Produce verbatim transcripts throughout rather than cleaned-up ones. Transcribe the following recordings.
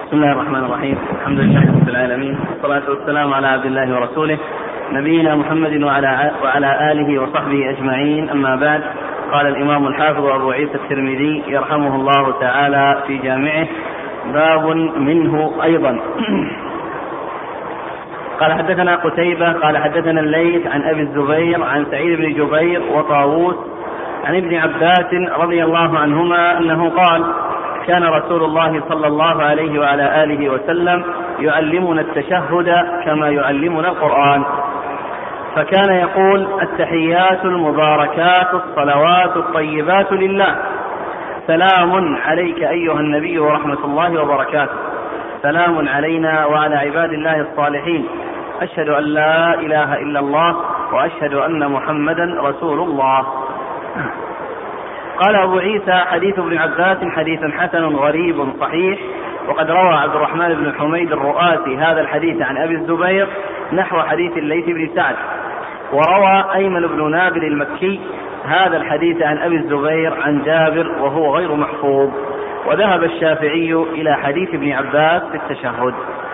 بسم الله الرحمن الرحيم. الحمد لله رب العالمين، والصلاة والسلام على عبد الله ورسوله نبينا محمد وعلى, وعلى آله وصحبه أجمعين. أما بعد، قال الإمام الحافظ أبو عيسى الترمذي يرحمه الله تعالى في جامعه: باب منه أيضا. قال حدثنا قتيبة قال حدثنا الليث عن أبي الزبير عن سعيد بن جبير وطاووس عن ابن عباس رضي الله عنهما أنه قال: كان رسول الله صلى الله عليه وعلى آله وسلم يعلمنا التشهد كما يعلمنا القرآن، فكان يقول: التحيات المباركات الصلوات الطيبات لله، سلام عليك أيها النبي ورحمة الله وبركاته، سلام علينا وعلى عباد الله الصالحين، أشهد أن لا إله إلا الله وأشهد أن محمدا رسول الله. قال أبو عيسى: حديث ابن عباس حديث حسن غريب صحيح، وقد روى عبد الرحمن بن حميد الرؤاسي هذا الحديث عن أبي الزبير نحو حديث الليث بن سعد، وروى أيمن بن نابل المكي هذا الحديث عن أبي الزبير عن جابر وهو غير محفوظ. وذهب الشافعي إلى حديث ابن عباس في التشهد.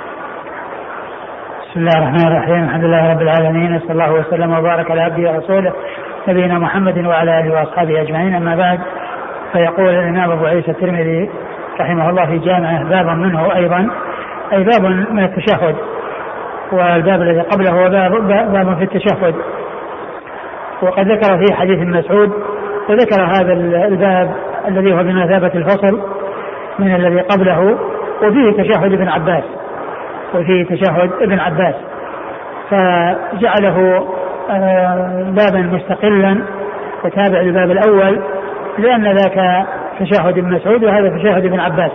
بسم الله الرحمن الرحيم. الحمد لله رب العالمين، صلى الله وسلم وبارك على عبده ورسوله نبينا محمد وعلى آله وأصحابه أجمعين. أما بعد، فيقول الإمام أبو عيسى الترمذي رحمه الله في جامعه: باب منه أيضا، أي باب من التشهد، والباب الذي قبله هو باب, باب في التشهد. وقد ذكر فيه حديث مسعود، وذكر هذا الباب الذي هو بمثابة الفصل من الذي قبله، وفيه تشهد ابن عباس وفيه تشهد ابن عباس فجعله بابا مستقلا وتابع للباب الأول، لأن ذاك تشهد ابن مسعود وهذا تشهد ابن عباس.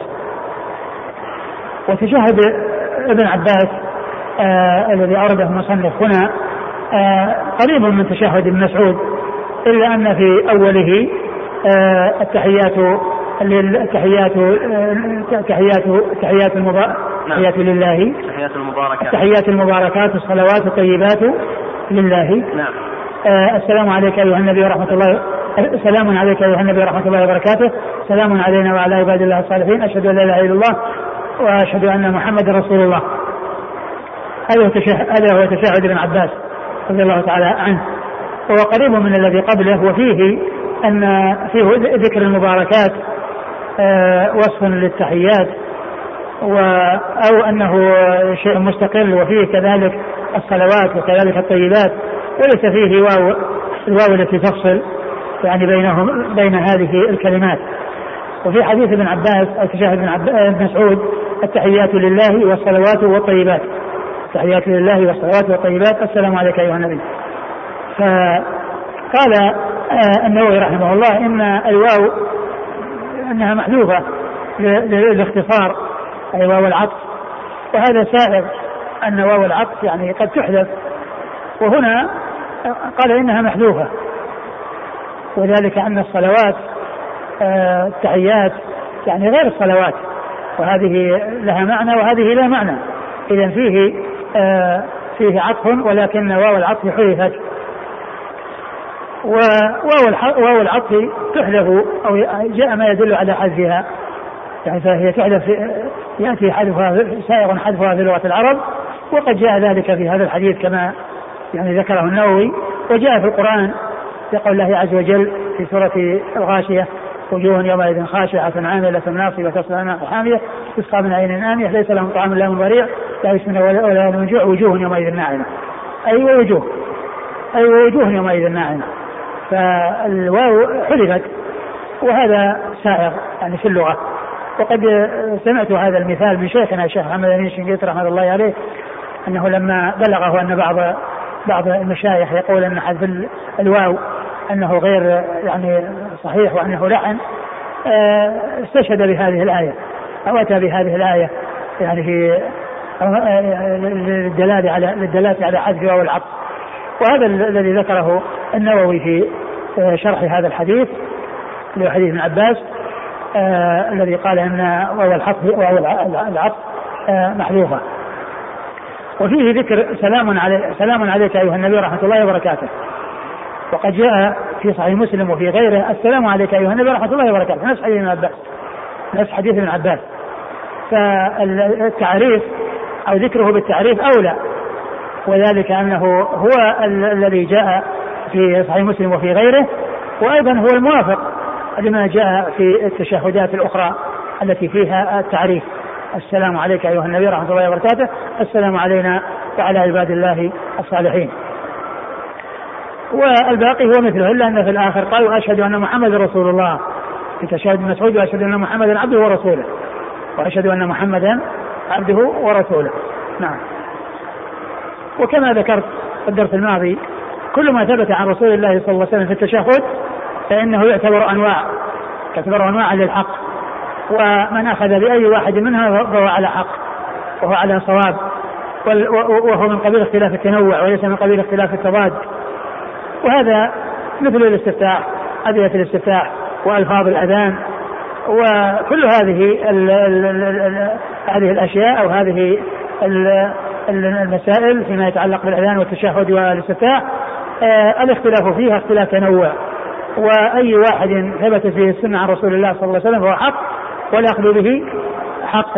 وتشهد ابن عباس آه الذي أورده المصنف هنا آه قريب من تشهد ابن مسعود، إلا أن في أوله آه التحيات التحيات التحيات التحيات التحيات لله، التحيات المباركات التحيات المباركات الصلوات الطيبات لله. نعم. آه السلام عليك أيها النبي ورحمة الله، سلام عليك أيها النبي ورحمة الله وبركاته، سلام علينا وعلى عباد الله الصالحين، أشهد أن لا إله إلا الله وأشهد أن محمد رسول الله. هذا هو تشهد ابن عباس رضي الله تعالى عنه، وهو قريب من الذي قبله، وفيه أن فيه ذكر المباركات آه وصف للتحيات، أو أنه شيء مستقل، وفيه كذلك الصلوات وكذلك الطيبات، وليس فيه واو الواو التي تفصل يعني بينهم بين هذه الكلمات. وفي حديث ابن عباس أو تشهد ابن مسعود: التحيات لله والصلوات والطيبات، التحيات لله والصلوات والطيبات، السلام عليك أيها النبي. فقال النووي رحمه الله إن الواو أنها محذوفة للاختصار، أي واو العطف، وهذا سائغ أن واو العطف يعني قد تحذف، وهنا قال إنها محذوفة، وذلك أن الصلوات آه التحيات يعني غير الصلوات، وهذه لها معنى وهذه لا معنى، إذن فيه آه فيه عطف، ولكن واو العطف حذفت. وواو العطف تحذف أو جاء ما يدل على حذفها، يعني فهي تحذف، يأتي حذفها سائغ حذفها في لغة العرب، وقد جاء ذلك في هذا الحديث كما يعني ذكره النووي. وجاء في القرآن في قول الله عز وجل في سورة الغاشية: وجوه يومئذ خاشعة عاملة ناصبة تصلى نارا حامية تسقى من عين آنية ليس لهم طعام إلا من ضريع لا يسمن ولا من جوع وجوه يومئذ ناعمة، أي وجوه أي وجوه يومئذ ناعمة. فالواو حذفت، وهذا سائغ يعني في اللغة. وقد سمعت هذا المثال من شيخنا الشيخ محمد أمين الشنقيطي رحمه الله عليه، أنه لما بلغه أن بعض بعض المشايخ يقول أن حذف الواو أنه غير يعني صحيح وأنه لعن، استشهد بهذه الآية أو أتى بهذه الآية يعني في للدلالة على للدلالة على حذف واو العطف. وهذا الذي ذكره النووي في شرح هذا الحديث لحديث ابن عباس آه الذي قال ان واو العطف واو العطف آه محذوفه. وفيه ذكر سلام عليك سلام عليك ايها النبي ورحمه الله وبركاته، وقد جاء في صحيح مسلم وفي غيره: السلام عليك ايها النبي ورحمه الله وبركاته، نفس حديث ابن عباس نفس حديث ابن عباس فالتعريف أو ذكره بالتعريف أولى، وذلك أنه هو الذي جاء في صحيح مسلم وفي غيره، وأيضا هو الموافق لما جاء في التشهدات الأخرى التي فيها التعريف. السلام عليك أيها النبي ورحمة الله وبركاته، السلام علينا وعلى عباد الله الصالحين. والباقي هو مثله، إلا أن في الآخر قالوا أشهد أن محمد رسول الله في تشهد مسعود، وأشهد أن محمدا عبده ورسوله، وأشهد أن محمدا عبده ورسوله. نعم. وكما ذكرت في الدرس الماضي كل ما ثبت عن رسول الله صلى الله عليه وسلم في التشهد فإنه يعتبر أنواع يعتبر أنواع للحق، ومن أخذ بأي واحد منها فهو على حق وهو على صواب، وهو من قبيل اختلاف التنوع وليس من قبيل اختلاف التضاد. وهذا مثل الاستفتاح، أدعية الاستفتاح وألفاظ الأذان، وكل هذه ال ال ال هذه الأشياء أو هذه المسائل فيما يتعلق بالأذان والتشهد والاستفتاح آه الاختلاف فيها اختلاف تنوع، وأي واحد ثبت فيه السنة عن رسول الله صلى الله عليه وسلم فهو حق والأخذ به حق،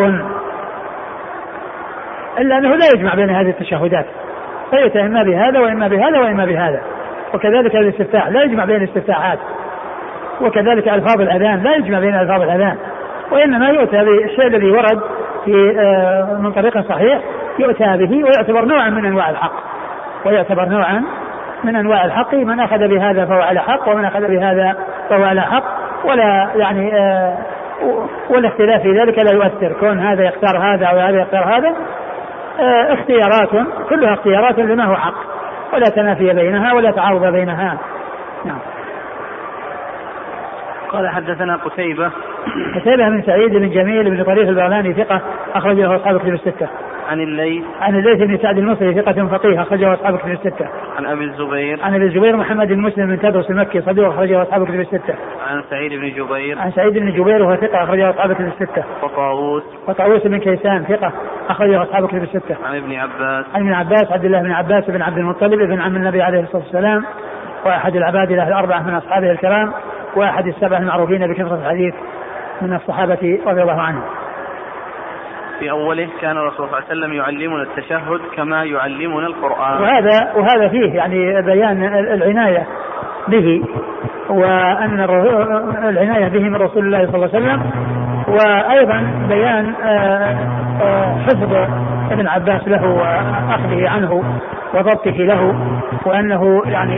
إلا أنه لا يجمع بين هذه التشهدات، فيأتي إما بهذا وإما بهذا وإما بهذا. وكذلك الاستفتاح لا يجمع بين الاستفتاحات، وكذلك ألفاظ الأذان لا يجمع بين ألفاظ الأذان، وإنما يؤتى بالشيء الذي ورد في آه من طريق صحيح يؤتى به ويعتبر نوعا من أنواع الحق، ويعتبر نوعا من أنواع الحق. من أخذ بهذا فهو على حق، ومن أخذ بهذا فهو على حق، ولا يعني آه والاختلاف في ذلك لا يؤثر، كون هذا يختار هذا أو هذا يختار هذا آه اختيارات كلها اختيارات لما هو حق، ولا تنافي بينها ولا تعارض بينها. نعم. قال حدثنا قتيبة قتيبة بن سعيد بن جميل بن طريف البغلاني ثقة أخرج له أصحاب كتب الستة. عن الليث عن الليث بن سعد المصري ثقة فقيه أخرجه أصحاب كتب الستة. عن أبي الزبير عن أبي الزبير محمد بن مسلم بن تدرس المكي صدوق أخرجه أصحاب كتب الستة. عن سعيد بن جبير عن سعيد بن جبير وهو ثقة أخرجه أصحاب كتب الستة. وطاووس وطاووس بن كيسان ثقة أخرجه أصحاب كتب الستة. عن ابن عباس عن ابن عباس عبد الله بن عباس بن عبد المطلب ابن عم النبي عليه الصلاة والسلام، وأحد العباد له الأربعة من أصحابه الكرام، وأحد السبع المعروفين بكثرة الحديث من الصحابة رضي الله عنهم. في أوله كان الرسول صلى الله عليه وسلم يعلمنا التشهد كما يعلمنا القرآن. وهذا وهذا فيه يعني بيان العناية به، وأن العناية به من رسول الله صلى الله عليه وسلم، وأيضا بيان حفظ ابن عباس له وأخذه عنه وضبطه له، وأنه يعني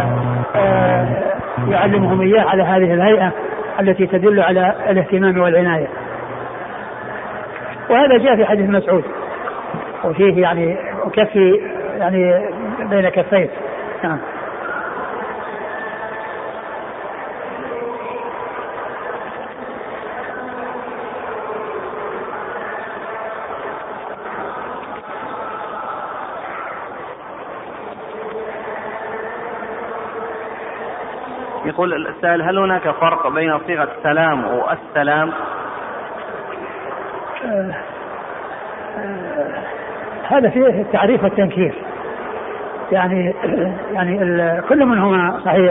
يعلمهم إياه على هذه الهيئة التي تدل على الاهتمام والعناية. وهذا جاء في حديث مسعود، وفيه يعني كفي يعني بين كفين. نعم. يقول السائل: هل هناك فرق بين صيغة السلام والسلام؟ آه آه هذا فيه التعريف والتنكير، يعني يعني كل منهما صحيح،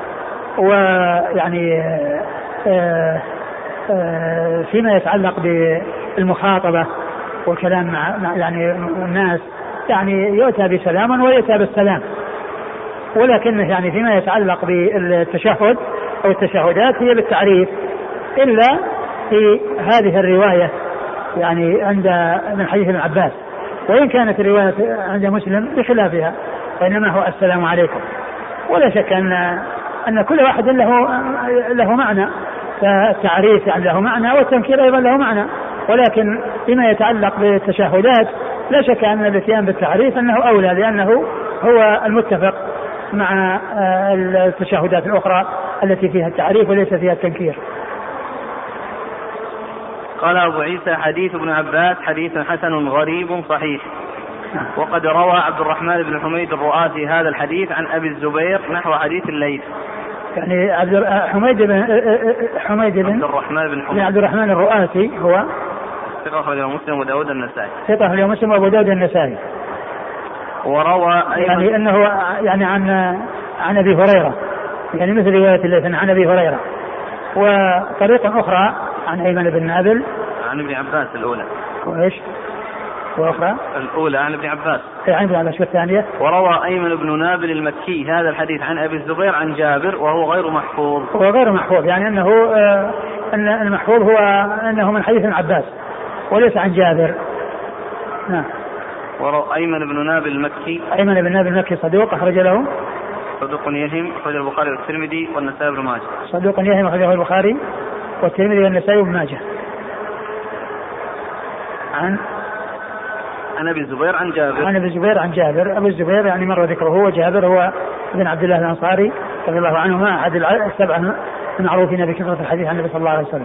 ويعني آه آه فيما يتعلق بالمخاطبة والكلام مع يعني الناس يعني يؤتى بسلام ويؤتى بالسلام، ولكنه يعني فيما يتعلق بالتشهد أو التشهدات هي بالتعريف، إلا في هذه الرواية يعني عند من حديث ابن عباس، وإن كانت الرواية عند مسلم بخلافها، فإنما هو السلام عليكم. ولا شك أن أن كل واحد له له معنى، فالتعريف يعني له معنى والتنكير أيضا له معنى، ولكن فيما يتعلق بالتشهدات لا شك أن الاتيان بالتعريف أنه أولى، لأنه هو المتفق مع التشهدات الأخرى التي فيها التعريف وليس فيها التنكير. قال أبو عيسى: حديث ابن عباس حديث حسن غريب صحيح. وقد روى عبد الرحمن بن حميد الرؤاسي هذا الحديث عن أبي الزبير نحو حديث الليث. يعني عبد حميد بن حميد بن عبد الرحمن بن حميد عبد الرحمن الرؤاسي هو ثقة أخرجه مسلم وداود النسائي. ثقة أخرجه مسلم وأبو داود النسائي. وروى يعني أنه يعني عن عن أبي هريرة، يعني مثل رواية الليث عن أبي هريرة. وطريقة أخرى عن أيمن بن نابل عن ابن عباس الأولى. وإيش؟ وأخرى؟ الأولى عن ابن عباس. عن ابن عباس. والثانية؟ وروى أيمن بن نابل المكي هذا الحديث عن أبي الزبير عن جابر وهو غير محفوظ. هو غير محفوظ يعني أنه آه أن المحفوظ هو أنه من حديث ابن عباس وليس عن جابر. نعم. وروى أيمن بن نابل المكي. أيمن بن نابل المكي صدوق أخرج له. صدوق يهم أخرج البخاري والترمذي والنسائي بن ماجه. صدوق يهم أخرجه البخاري والترمذي والنسائي بن ماجه. عن عن أبي الزبير عن جابر. عن أبي الزبير عن جابر. أبو الزبير يعني مر ذكره. وجابر هو ابن عبد الله الأنصاري رضي الله عنهما أحد السبعة المعروفين بكثرة الحديث عن النبي صلى الله عليه وسلم.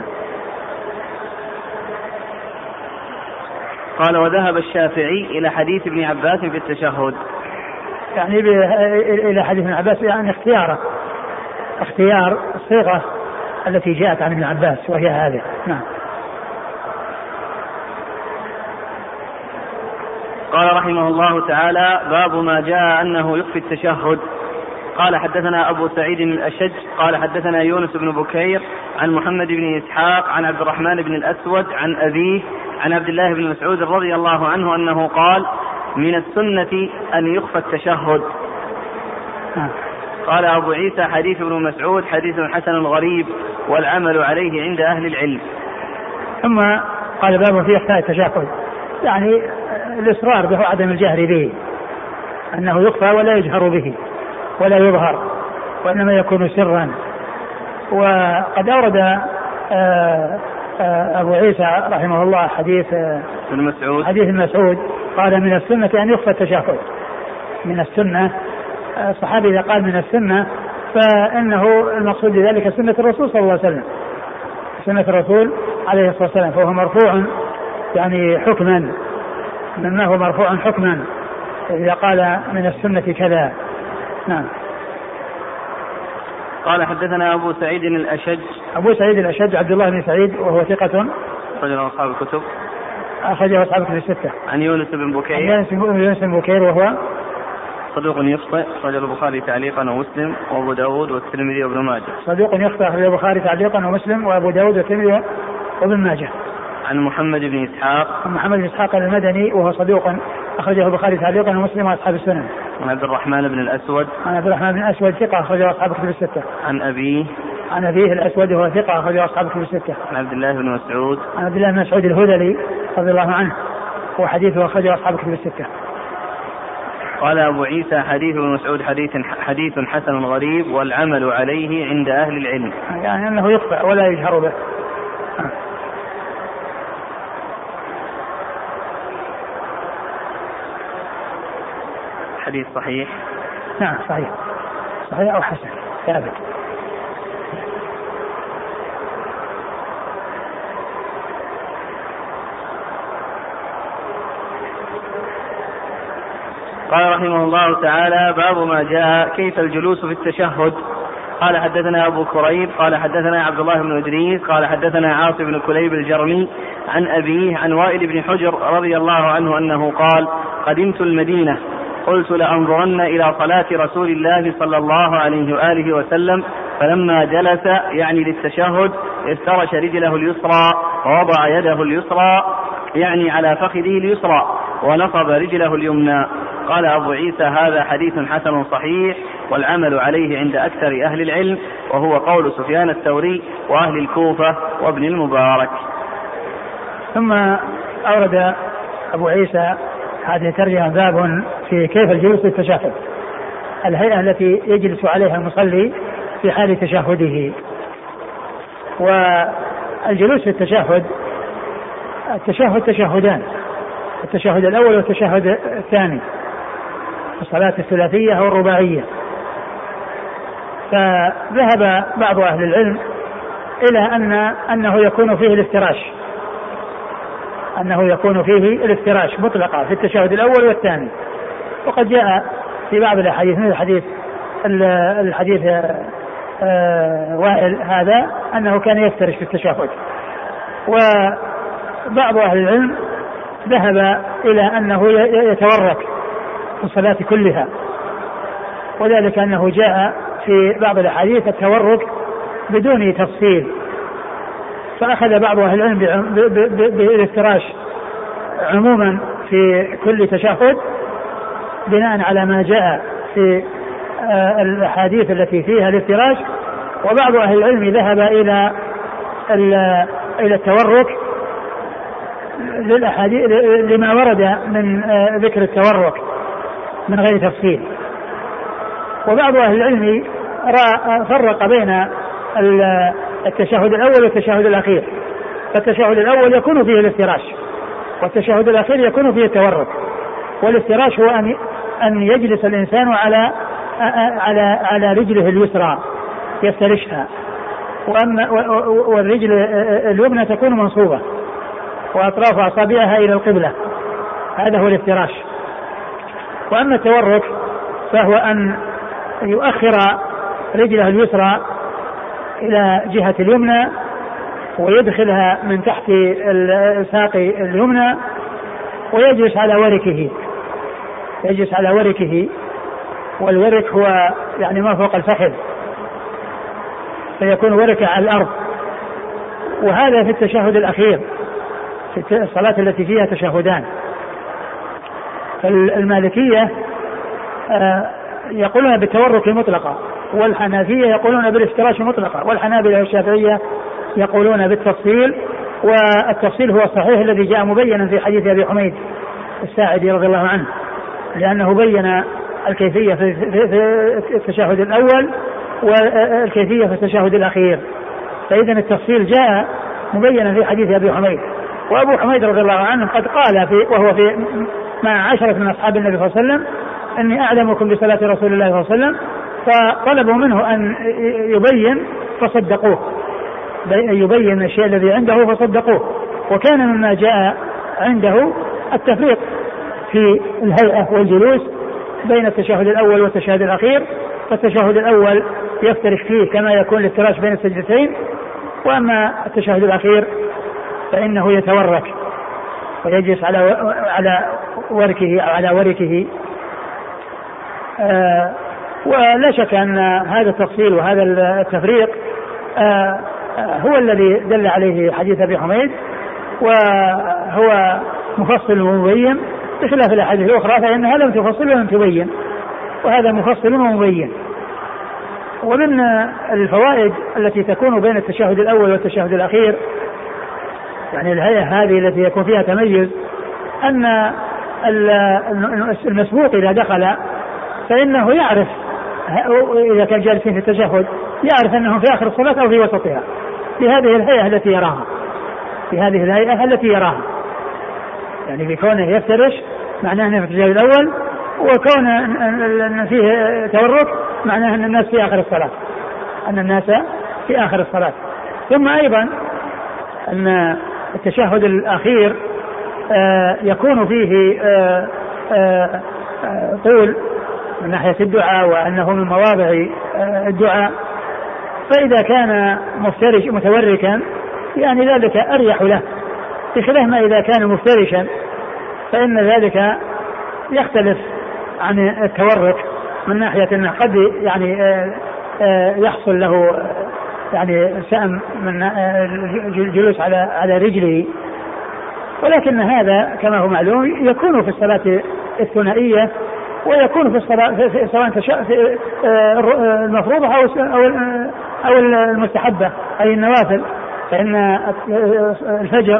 قال وذهب الشافعي إلى حديث ابن عباس في التشهد. يعني إلى حديث ابن عباس يعني اختياره اختيار الصيغة التي جاءت عن ابن عباس وهي هذه. نعم. قال رحمه الله تعالى باب ما جاء أنه يخفي التشهد. قال حدثنا أبو سعيد الأشج قال حدثنا يونس بن بكير عن محمد بن إسحاق عن عبد الرحمن بن الأسود عن أبيه عن عبد الله بن مسعود رضي الله عنه أنه قال من السنة أن يخفى التشهد. قال أبو عيسى حديث ابن مسعود حديث حسن غريب والعمل عليه عند أهل العلم. ثم قال باب في إخفاء التشهد يعني الإصرار به عدم الجهر به أنه يخفى ولا يجهر به ولا يظهر وإنما يكون سرا. وقد أورد أبو عيسى رحمه الله حديث المسعود حديث المسعود قال من السنة أن يخفى التشهد. من السنة الصحابي إذا قال من السنة فإنه المقصود بذلك سنة الرسول صلى الله عليه وسلم سنة الرسول عليه الصلاة والسلام فهو مرفوع يعني حكما مما هو مرفوع حكما إذا قال من السنة كذا. نعم. قال حدثنا أبو سعيد الأشج. أبو سعيد الأشج عبد الله بن سعيد وهو ثقة أخرجه أصحاب الكتب. أخرجه أصحاب الكتب الستة. عن يونس بن بكير. عن يونس بن بكير وهو صدوق يخطئ أخرجه البخاري تعليقا ومسلم وأبو داود والترمذي وابن ماجه. صدوق يخطئ أخرجه البخاري تعليقا ومسلم وأبو داود والترمذي وابن ماجه. عن محمد بن إسحاق. محمد بن إسحاق المدني وهو صدوق أخرجه البخاري تعليقا ومسلم وأصحاب السنن. عن عبد الرحمن بن الأسود. عن عبد الرحمن بن الأسود ثقة أخرجه أصحاب الكتب الستة. عن أبيه. عن أبيه الأسود وهو ثقة أخرجه أصحاب الكتب الستة. عن عبد الله بن مسعود. عن عبد الله بن مسعود الهذلي رضي الله عنه وحديثه أخرجه أصحاب الكتب الستة. قال أبو عيسى حديث ابن مسعود حديث حديث حسن غريب والعمل عليه عند أهل العلم. يعني أنه يخفى ولا يجهر به. حديث صحيح. نعم صحيح صحيح أو حسن ثابت. قال رحمه الله تعالى باب ما جاء كيف الجلوس في التشهد. قال حدثنا أبو كريب قال حدثنا عبد الله بن إدريس قال حدثنا عاصم بن كليب الجرمي عن أبيه عن وائل بن حجر رضي الله عنه أنه قال قدمت المدينة قلت لأنظرن إلى صلاة رسول الله صلى الله عليه وآله وسلم فلما جلس يعني للتشهد افترش رجله اليسرى ووضع يده اليسرى يعني على فخذه اليسرى ونصب رجله اليمنى. قال أبو عيسى هذا حديث حسن صحيح والعمل عليه عند أكثر أهل العلم وهو قول سفيان الثوري وأهل الكوفة وابن المبارك. ثم أورد أبو عيسى هذه ترجمة باب في كيف الجلوس في التشهد الهيئة التي يجلس عليها المصلي في حال تشهده. والجلوس في التشهد التشهد تشهدان التشهد الأول والتشهد الثاني في الصلاة الثلاثية أو الرباعية. فذهب بعض أهل العلم إلى أن أنه يكون فيه الافتراش أنه يكون فيه الافتراش مطلقا في التشهد الأول والثاني. وقد جاء في بعض الأحاديث مثل الحديث الحديث وائل هذا أنه كان يفترش في التشهد. وبعض أهل العلم ذهب إلى أنه يتورك في الصلاة كلها وذلك أنه جاء في بعض الأحاديث التورك بدون تفصيل. فأخذ بعض أهل العلم بالافتراش عموما في كل تشهد بناء على ما جاء في الأحاديث التي فيها الافتراش، وبعض أهل العلم ذهب إلى إلى التورك للأحاديث لما ورد من ذكر التورك من غير تفصيل. وبعض أهل العلم فرق بين التشهد الأول والتشهد الأخير، فالتشهد الأول يكون فيه الافتراش، والتشهد الأخير يكون فيه التورك. والافتراش هو أن أن يجلس الإنسان على على على رجله اليسرى يفترشها، وأما والرجل اليمنى تكون منصوبة وأطراف أصابعها إلى القبلة، هذا هو الافتراش. وأما التورك فهو أن يؤخر رجله اليسرى إلى جهة اليمنى ويدخلها من تحت الساق اليمنى ويجلس على وركه يجلس على وركه والورك هو يعني ما فوق الفخذ، فيكون وركه على الأرض. وهذا في التشهد الأخير في الصلاة التي فيها تشهدان. المالكية يقولون بالتورك مطلقا، والحنفية يقولون بالافتراش مطلقا، والحنابلة والشافعية يقولون بالتفصيل، والتفصيل هو الصحيح الذي جاء مبينا في حديث أبي حميد الساعدي رضي الله عنه، لأنه بين الكيفية في التشهد الأول والكيفية في التشهد الأخير. فإذا التفصيل جاء مبينا في حديث أبي حميد. وأبو حميد رضي الله عنه قد قال في وهو في مع عشرة من أصحاب النبي صلى الله عليه وسلم أني أعلمكم بصلاة رسول الله صلى الله عليه وسلم، فطلبوا منه أن يبين فصدقوه، يبين الشيء الذي عنده فصدقوه. وكان مما جاء عنده التفريق في الهيئة والجلوس بين التشهد الأول والتشهد الأخير، فالتشهد الأول يفترش فيه كما يكون الافتراش بين السجدتين، وأما التشهد الأخير فإنه يتورك ويجلس على على وركه أو على وركه. آه ولا شك أن هذا التفصيل وهذا التفريق آه هو الذي دل عليه حديث أبي حميد، وهو مفصل ومبين بخلاف الأحاديث الأخرى فإنها لم تفصل ولم تبين، وهذا مفصل ومبين. ومن الفوائد التي تكون بين التشهد الأول والتشهد الأخير يعني الهيئة هذه التي يكون فيها تميز، أن المسبوق إذا دخل فإنه يعرف إذا كان جالسين في التشهد يعرف أنه في آخر الصلاة أو في وسطها بهذه الهيئة التي يراها بهذه الهيئة التي يراها يعني في كونه يفترش معناه أنه في التشهد الأول، وكون أن فيه تورك معناه أن الناس في آخر الصلاة أن الناس في آخر الصلاة. ثم أيضا أن التشهد الأخير آه يكون فيه آه آه آه طول من ناحية الدعاء، وأنه من مواضع آه الدعاء، فإذا كان مفترش متوركا يعني ذلك أريح له، بخلاف ما إذا كان مفترشا فإن ذلك يختلف عن التورك من ناحية أنه قد يعني آه آه يحصل له يعني سأم من الجلوس على على رجله. ولكن هذا كما هو معلوم يكون في الصلاة الثنائية، ويكون في الصلاة في سواء في المفروضة أو أو المستحبة أي النوافل، فإن الفجر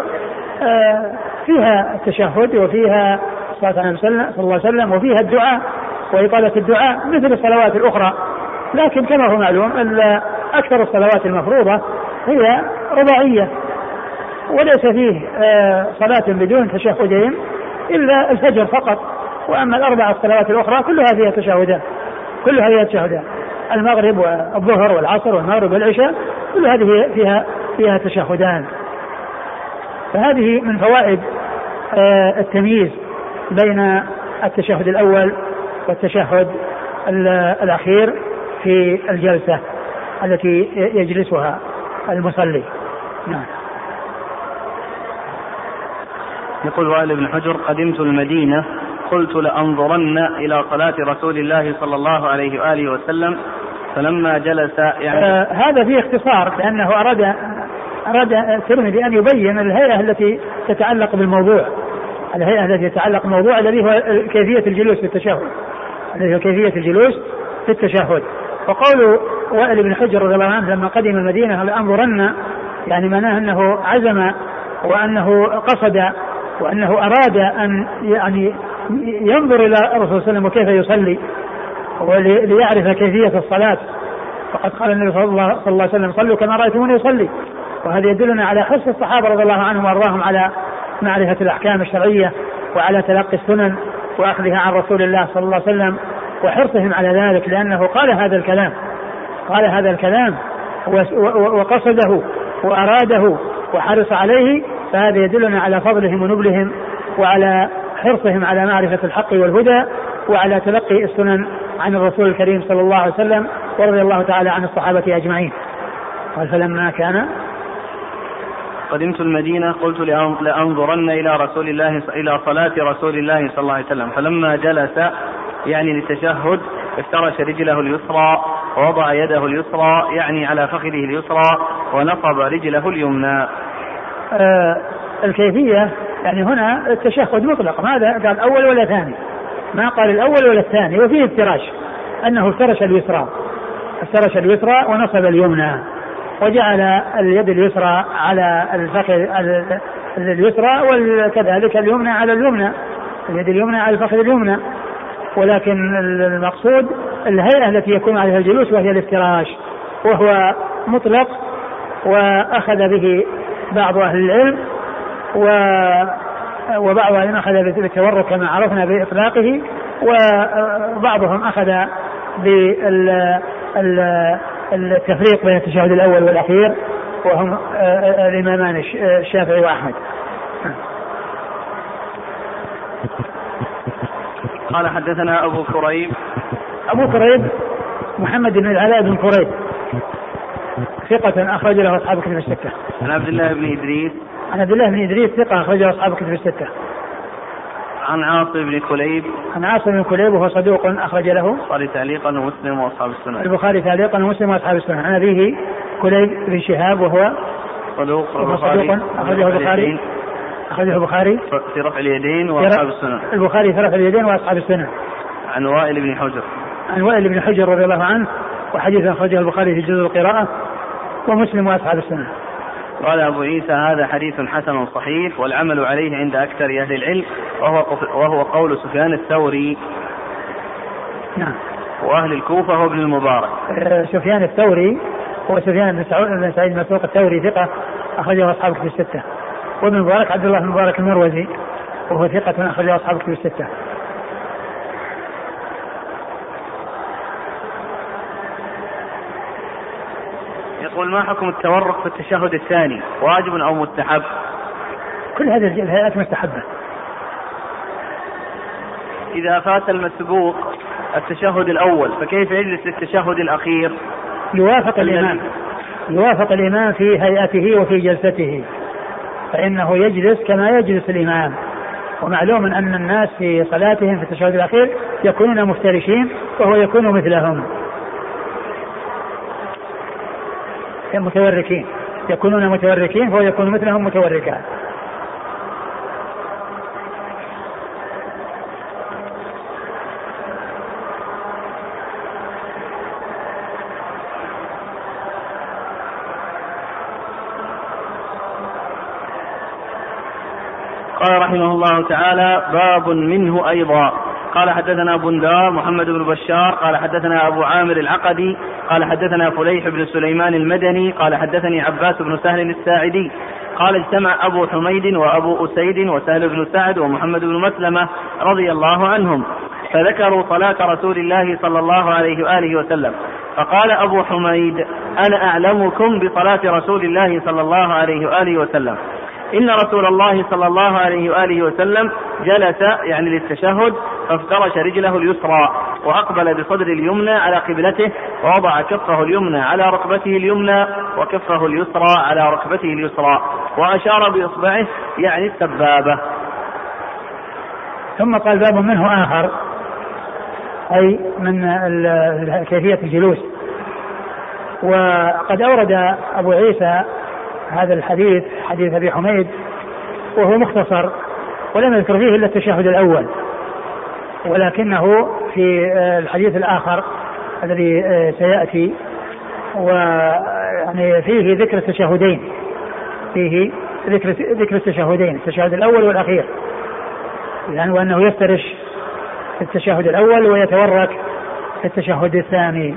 فيها التشهد وفيها الصلاة على النبي صلى الله عليه وسلم وفيها الدعاء وإطالة الدعاء مثل الصلوات الأخرى. لكن كما هو معلوم أكثر الصلوات المفروضة هي رباعية، وليس فيه صلاة بدون تشهدين إلا الفجر فقط، وأما الأربع الصلوات الأخرى كلها فيها تشهدان كلها فيها تشهدان المغرب والظهر والعصر والمغرب والعشاء كل هذه فيها فيها تشهدان. فهذه من فوائد التمييز بين التشهد الأول والتشهد الأخير في الجلسة التي يجلسها المصلي. نعم. يقول وائل بن حجر: قدمت المدينة قلت لأنظرن إلى صلاة رسول الله صلى الله عليه وآله وسلم، فلما جلس يعني آه هذا فيه اختصار، لأنه أراد أراد الترمذي أن يبين الهيئة التي تتعلق بالموضوع، الهيئة التي تتعلق بالموضوع الذي هو كيفية الجلوس في التشهد، الذي هو كيفية الجلوس في التشهد. وقول وائل بن حجر رضي الله عنه لما قدم المدينة لأنظرن، يعني معناه أنه عزم وأنه قصد وأنه أراد أن يعني ينظر إلى الرسول صلى الله عليه وسلم وكيف يصلي وليعرف كيفية الصلاة. فقد قال النبي صلى الله عليه وسلم صلوا كما رأيتموني يصلي. وهذا يدلنا على حرص الصحابة رضي الله عنهم وأرضاهم على معرفة الأحكام الشرعية وعلى تلقي السنن وأخذها عن رسول الله صلى الله عليه وسلم وحرصهم على ذلك، لأنه قال هذا الكلام قال هذا الكلام وقصده وأراده وحرص عليه، فهذا يدلنا على فضلهم ونبلهم وعلى حرصهم على معرفة الحق والهدى وعلى تلقي السنن عن الرسول الكريم صلى الله عليه وسلم، ورضي الله تعالى عن الصحابة أجمعين. قال فلما كان قدمت المدينة قلت لأنظرن إلى رسول الله إلى صلاة رسول الله صلى الله عليه وسلم، فلما جلس يعني للتشهد افترش رجله اليسرى ووضع يده اليسرى يعني على فخذه اليسرى ونصب رجله اليمنى. آه الكيفية يعني هنا التشهد مطلق، ماذا قال أول ولا ثاني؟ ما قال الأول ولا الثاني. وفيه افتراش، أنه افترش اليسرى افترش اليسرى ونصب اليمنى وجعل اليد اليسرى على الفخذ اليسرى وكذلك اليمنى على اليمنى، اليد اليمنى على الفخذ اليمنى. ولكن المقصود الهيئة التي يكون عليها الجلوس وهي الافتراش، وهو مطلق وأخذ به بعض أهل العلم وبعض أهل أخذ بالتورك كما عرفنا بإطلاقه، وبعضهم أخذ بالتفريق بين التشهد الأول والأخير وهم الإمامان الشافعي وأحمد. قال حدثنا أبو كريب أبو كريب محمد بن العلاء بن كريب ثقة أخرج له أصحاب كتب الستة. عن عبد الله بن إدريس عن عبد الله بن إدريس ثقة أخرج له أصحاب كتب الستة. عن عاصم بن كليب عن عاصم بن كليب وهو صدوق أخرج له البخاري تعليقا ومسلم وأصحاب السنن. البخاري تعليقا ومسلم وأصحاب السنن. عن أبيه كليب بن شهاب وهو صدوق صدوق أخرجه البخاري أخرجه البخاري في رفع اليدين وأصحاب السنن. البخاري في رفع اليدين وأصحاب السنن. عن وائل بن حجر عن وائل بن حجر رضي الله عنه وحديث أخرجه البخاري في جزء القراءة ومسلم وأصحاب السنن. قال أبو عيسى هذا حديث حسن صحيح والعمل عليه عند أكثر أهل العلم وهو وهو قول سفيان الثوري نعم وأهل الكوفة وابن المبارك. سفيان الثوري هو سفيان بن سعود بن سعيد مسروق الثوري ثقة أخرجه أصحاب كتب الستة. وابن المبارك عبد الله بن المبارك المروزي وهو ثقة أخرجه أصحاب كتب الستة. يقول ما حكم التورك في التشهد الثاني، واجب أو مستحب؟ كل هذه الهيئات مستحبة. إذا فات المسبوق التشهد الأول فكيف يجلس للتشهد الأخير؟ يوافق الإمام يوافق الإمام في هيئته وفي جلسته، فإنه يجلس كما يجلس الإمام. ومعلوم أن الناس في صلاتهم في التشهد الأخير يكونون مفترشين وهو يكون مثلهم متوركين، يكونون متوركين فهو يكون مثلهم متوركا. قال رحمه الله تعالى باب منه أيضا. قال حدثنا بندار محمد بن بشار قال حدثنا أبو عامر العقدي قال حدثنا فليح بن سليمان المدني قال حدثني عباس بن سهل الساعدي قال اجتمع أبو حميد وأبو أسيد وسهل بن سعد ومحمد بن مسلمة رضي الله عنهم فذكروا صلاة رسول الله صلى الله عليه وآله وسلم، فقال أبو حميد أنا أعلمكم بصلاة رسول الله صلى الله عليه وآله وسلم، إن رسول الله صلى الله عليه وآله وسلم جلس يعني للتشهد فافترش رجله اليسرى وأقبل بصدر اليمنى على قبلته ووضع كفه اليمنى على ركبته اليمنى وكفه اليسرى على ركبته اليسرى وأشار بإصبعه يعني السبابة. ثم قال باب منه آخر أي من كيفية الجلوس. وقد أورد أبو عيسى هذا الحديث حديث أبي حميد وهو مختصر ولم يذكر فيه إلا التشهد الأول، ولكنه في الحديث الآخر الذي سيأتي ويعني فيه ذكر التشهدين، فيه ذكر ذكر التشهدين، التشهد الأول والأخير، يعني وأنه يفترش في التشهد الأول ويتورك في التشهد الثاني،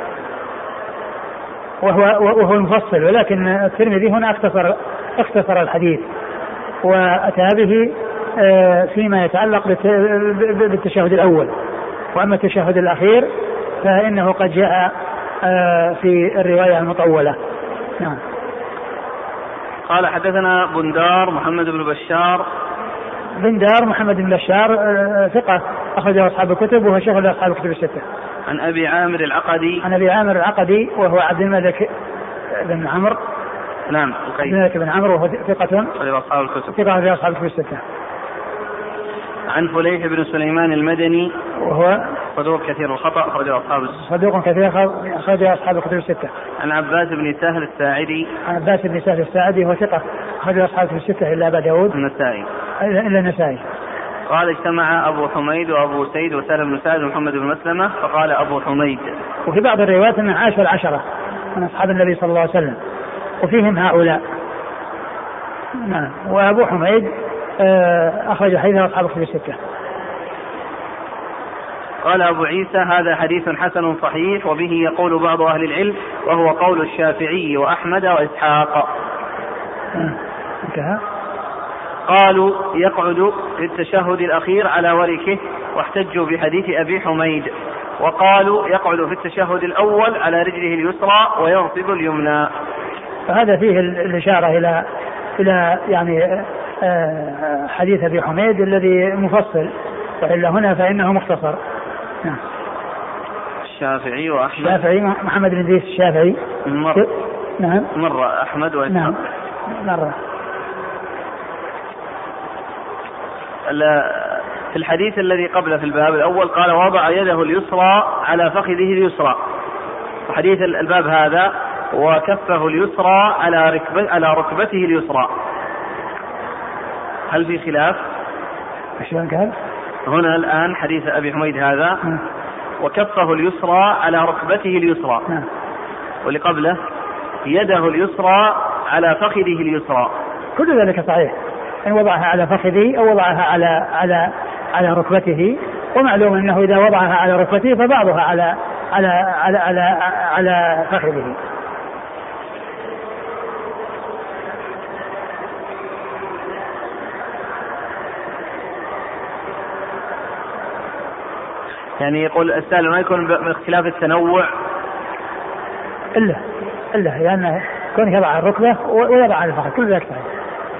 وهو وهو مفصل، ولكن الترمذي هنا اختصر اختصر الحديث وأتى به فيما يتعلق بالتشهد الأول، وأما التشهد الأخير فإنه قد جاء في الرواية المطولة. نعم. قال حدثنا بندار محمد بن بشار. بندار محمد بن بشار ثقة أخرجه أصحاب الكتب وهو شيخ أصحاب الكتب الستة. عن أبي عامر العقدي. عن أبي عامر العقدي وهو عبد الملك بن عمرو. نعم. عبد الملك بن عمرو وهو ثقة أخرجه أصحاب الكتب. ثقة أخرجه أصحاب الكتب الستة. عن فليح بن سليمان المدني وهو صدوق كثير الخطأ أخرجه أصحاب صدوق كثير أخرجه أصحاب الكتب الستة. عن عباس بن سهل الساعدي. عن عباس بن سهل الساعدي وهو ثقة أخرجه أصحاب الكتب الستة إلا أبا داود النسائي إلا النسائي. قال اجتمع أبو حميد وأبو سيد وسهل بن سعد ومحمد بن مسلمة فقال أبو حميد. وفي بعض الروايات أنه عاش العشرة من أصحاب النبي صلى الله عليه وسلم وفيهم هؤلاء. نعم. وأبو حميد أخرج حديثه أصحاب الكتب الستة. قال أبو عيسى هذا حديث حسن صحيح وبه يقول بعض أهل العلم وهو قول الشافعي وأحمد وإسحاق. انتهى. قالوا يقعد في التشهد الأخير على وركه واحتجوا بحديث أبي حميد، وقالوا يقعد في التشهد الأول على رجله اليسرى وينصب اليمنى. فهذا فيه الإشارة إلى إلى يعني حديث أبي حميد الذي مفصل، وإلا هنا فإنه مختصر. نعم. الشافعي وأحمد. الشافعي محمد بن إدريس الشافعي. مرة. نعم. مرة أحمد وإسحاق. نعم. مرة. في الحديث الذي قبل في الباب الأول قال وضع يده اليسرى على فخذه اليسرى، وحديث الباب هذا وكفه اليسرى على ركبته على ركبته اليسرى. هل في خلاف؟ شلون قال؟ هنا الآن حديث أبي حميد هذا م. وكفه اليسرى على ركبته اليسرى، م. واللي قبله يده اليسرى على فخذه اليسرى. كل ذلك صحيح، إن وضعها على فخذه أو وضعها على على على ركبته، ومعلوم أنه إذا وضعها على ركبته فبعضها على على على على, على فخذه. يعني يقول السائل ما يكون باختلاف التنوع إلا إلا لأنه كونه يضع الركبة ويضع على الفخذ كل ذلك صحيح.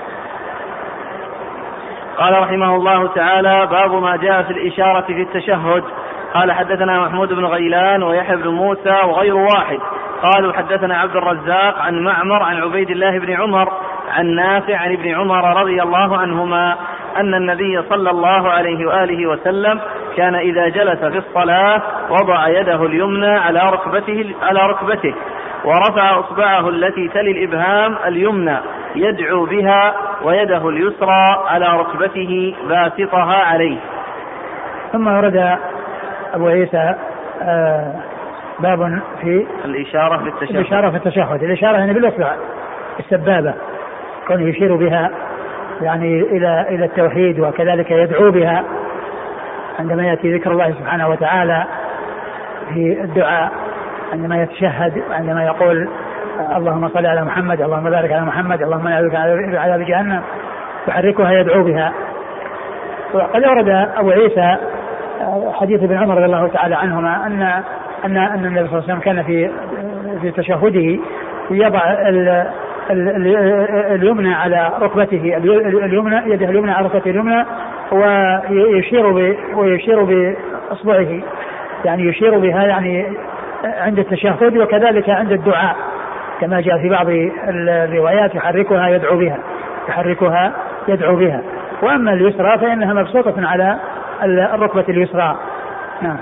قال رحمه الله تعالى باب ما جاء في الإشارة في التشهد. قال حدثنا محمود بن غيلان ويحيى بن موسى وغير واحد قالوا حدثنا عبد الرزاق عن معمر عن عبيد الله بن عمر عن نافع عن ابن عمر رضي الله عنهما أن النبي صلى الله عليه وآله وسلم كان إذا جلس في الصلاة وضع يده اليمنى على ركبته على ركبته ورفع أصبعه التي تلي الإبهام اليمنى يدعو بها ويده اليسرى على ركبته باسطها عليه. ثم ورد أبو عيسى آه باب في الإشارة في التشهد. الإشارة في التشهد. الإشارة يعني بالأصبع السبابة كونه يشير بها يعني إلى إلى التوحيد، وكذلك يدعو بها عندما يأتي ذكر الله سبحانه وتعالى في الدعاء، عندما يتشهد عندما يقول اللهم صل على محمد اللهم بارك على محمد اللهم نعوذ من عذاب جهنم يحركها يدعو بها. وقد أورد أبو عيسى حديث ابن عمر رضي الله تعالى عنهما أن أن أن النبي صلى الله عليه وسلم كان في في تشهده يضع ال اليمنى على ركبته اليمنى يده اليمنى على ركبته اليمنى ويشير ويشير بإصبعه يعني يشير بها يعني عند التشهد وكذلك عند الدعاء كما جاء في بعض الروايات يحركها يدعو بها يحركها يدعو بها. وأما اليسرى فإنها مبسوطة على الركبة اليسرى. نعم.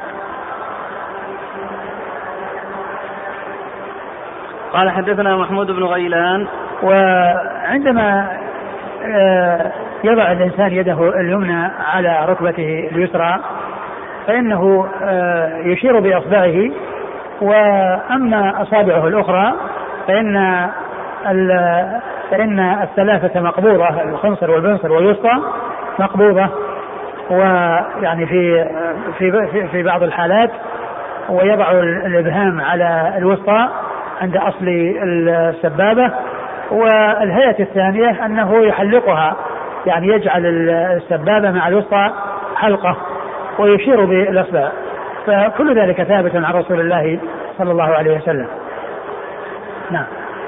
قال حدثنا محمود بن غيلان وعندما يضع الإنسان يده اليمنى على ركبته اليسرى فإنه يشير بأصبعه، وأما أصابعه الأخرى فإن فإن الثلاثة مقبوضة، الخنصر والبنصر والوسطى مقبوضة، ويعني في في في بعض الحالات، ويضع الإبهام على الوسطى عند أصل السبابة. والهيئة الثانية أنه يحلقها، يعني يجعل السبابة مع الوسطى حلقة ويشير بالأصبع. فكل ذلك ثابت عن رسول الله صلى الله عليه وسلم. نعم.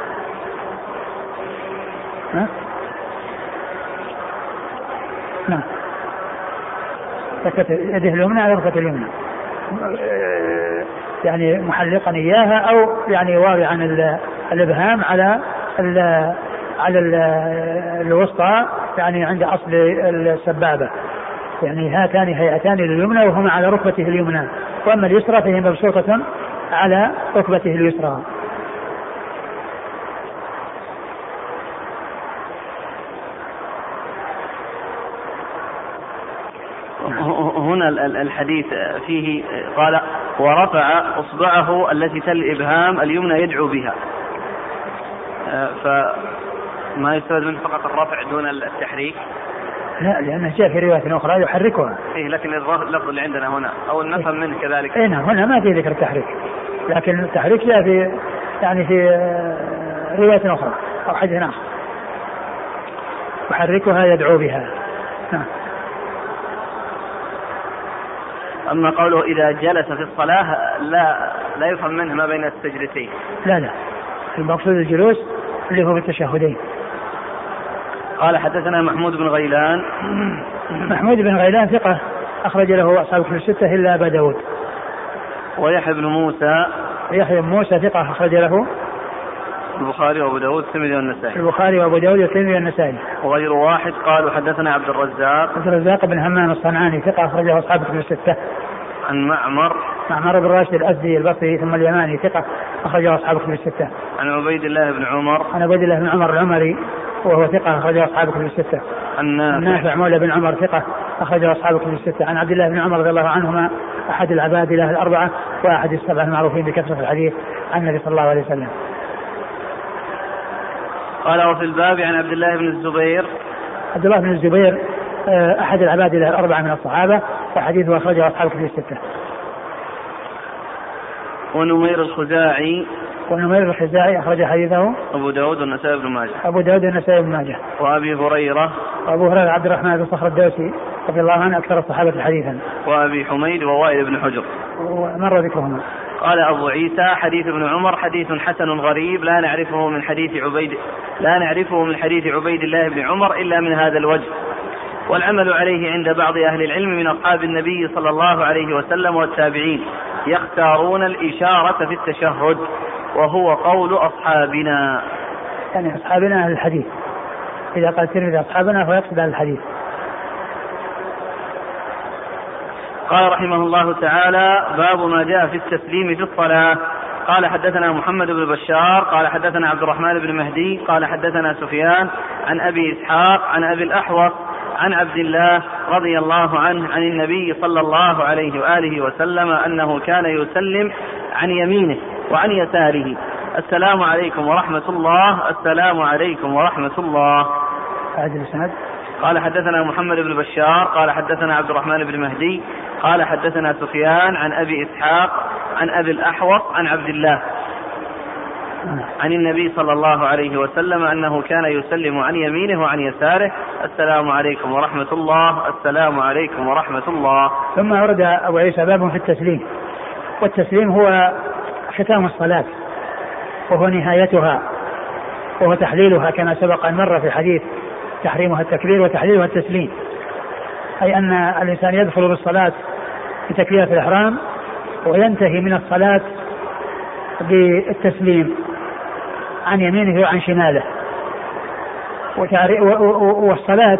ها؟ نعم. ركبة يده اليمنى على ركبة اليمنى، يعني محلقا إياها، أو يعني واضعا الإبهام على ال على ال الوسطى، يعني عند أصل السبابة. يعني هاتان هيئتان لليمنى وهما على ركبته اليمنى، وأما اليسرى فهي مبسوطة على ركبته اليسرى. هنا الحديث فيه قال ورفع أصبعه التي تل الإبهام اليمنى يدعو بها، فما يستفاد منه فقط الرفع دون التحريك؟ لا، لأنه جاء في رواية أخرى يحركها. إيه، لكن اللفظ اللي عندنا هنا أو نفهم منه كذلك. إيه نعم، هنا ما في ذكر التحريك، لكن التحريك جاء في يعني في رواية أخرى أو حديث آخر، يحركها يدعو بها. نعم. أما قوله إذا جلس في الصلاة لا لا يفهم منه ما بين السجدتين. لا لا، المقصود الجلوس اللي هو بالتشهدين. قال حدثنا محمود بن غيلان. محمود بن غيلان ثقة أخرج له أصحاب الكتب الستة إلا أبا داود. ويحيى بن موسى. يحيى بن موسى ثقة أخرج له البخاري وأبو داود والترمذي والنسائي. البخاري وأبو داود والترمذي والنسائي. وغير واحد قالوا حدثنا عبد الرزاق. عبد الرزاق بن همام الصنعاني ثقة أخرج له أصحاب الكتب الستة. عن معمر. معمر بن راشد الأزدي البصري ثم اليماني ثقة أخرج له أصحاب الكتب الستة. عن عبيد الله بن عمر. عن عبيد الله بن عمر العمري وهو ثقة أخرج له أصحاب الكتب الستة. عن نافع مولى بن عمر ثقة أخرج له أصحاب الكتب الستة. عن عبد الله بن عمر رضي الله عنهما أحد العباد له الأربعة وأحد السبعة المعروفين بكثرة الحديث عن النبي صلى الله عليه وسلم. قال وفي الباب عن عبد الله بن الزبير. عبد الله بن الزبير أحد العباد له الأربعة من الصحابة وحديثه أخرجه أصحاب الكتب الستة. ونمير الخزاعي. ونمير الخزاعي أخرج حديثه أبو داود والنسائي بن ماجه. أبو داود والنسائي بن ماجه. وأبي هريرة. وأبو هريرة عبد الرحمن بن صخر الدوسي رضي الله عنه أكثر الصحابة حديثا. وأبي حميد ووائل بن حجر ومر ذكرهما. قال أبو عيسى حديث ابن عمر حديث حسن غريب لا نعرفه من حديث عبيد لا نعرفه من حديث عبيد الله بن عمر إلا من هذا الوجه، والعمل عليه عند بعض أهل العلم من أصحاب النبي صلى الله عليه وسلم والتابعين يختارون الإشارة في التشهد، وهو قول أصحابنا، يعني أصحابنا أهل الحديث. إذا قال الترمذي أصحابنا فيقصد أهل الحديث. قال رحمه الله تعالى باب ما جاء في التسليم في الصلاة. قال حدثنا محمد بن بشار قال حدثنا عبد الرحمن بن مهدي قال حدثنا سفيان عن أبي إسحاق عن أبي الأحوص عن عبد الله رضي الله عنه عن النبي صلى الله عليه وآله وسلم أنه كان يسلم عن يمينه وعن يساره السلام عليكم ورحمة الله السلام عليكم ورحمة الله. قال حدثنا محمد بن بشار قال حدثنا عبد الرحمن بن مهدي قال حدثنا سفيان عن أبي إسحاق عن أبي الأحوص عن عبد الله عن النبي صلى الله عليه وسلم أنه كان يسلم عن يمينه وعن يساره السلام عليكم ورحمة الله السلام عليكم ورحمة الله. ثم ورد أبو عيسى باب في التسليم، والتسليم هو ختام الصلاة وهو نهايتها وهو تحليلها كما سبق أن مر في حديث تحريمها التكبير وتحليلها التسليم، أي أن الإنسان يدخل بالصلاة بتكبيرة الإحرام وينتهي من الصلاة بالتسليم عن يمينه وعن شماله. والصلاة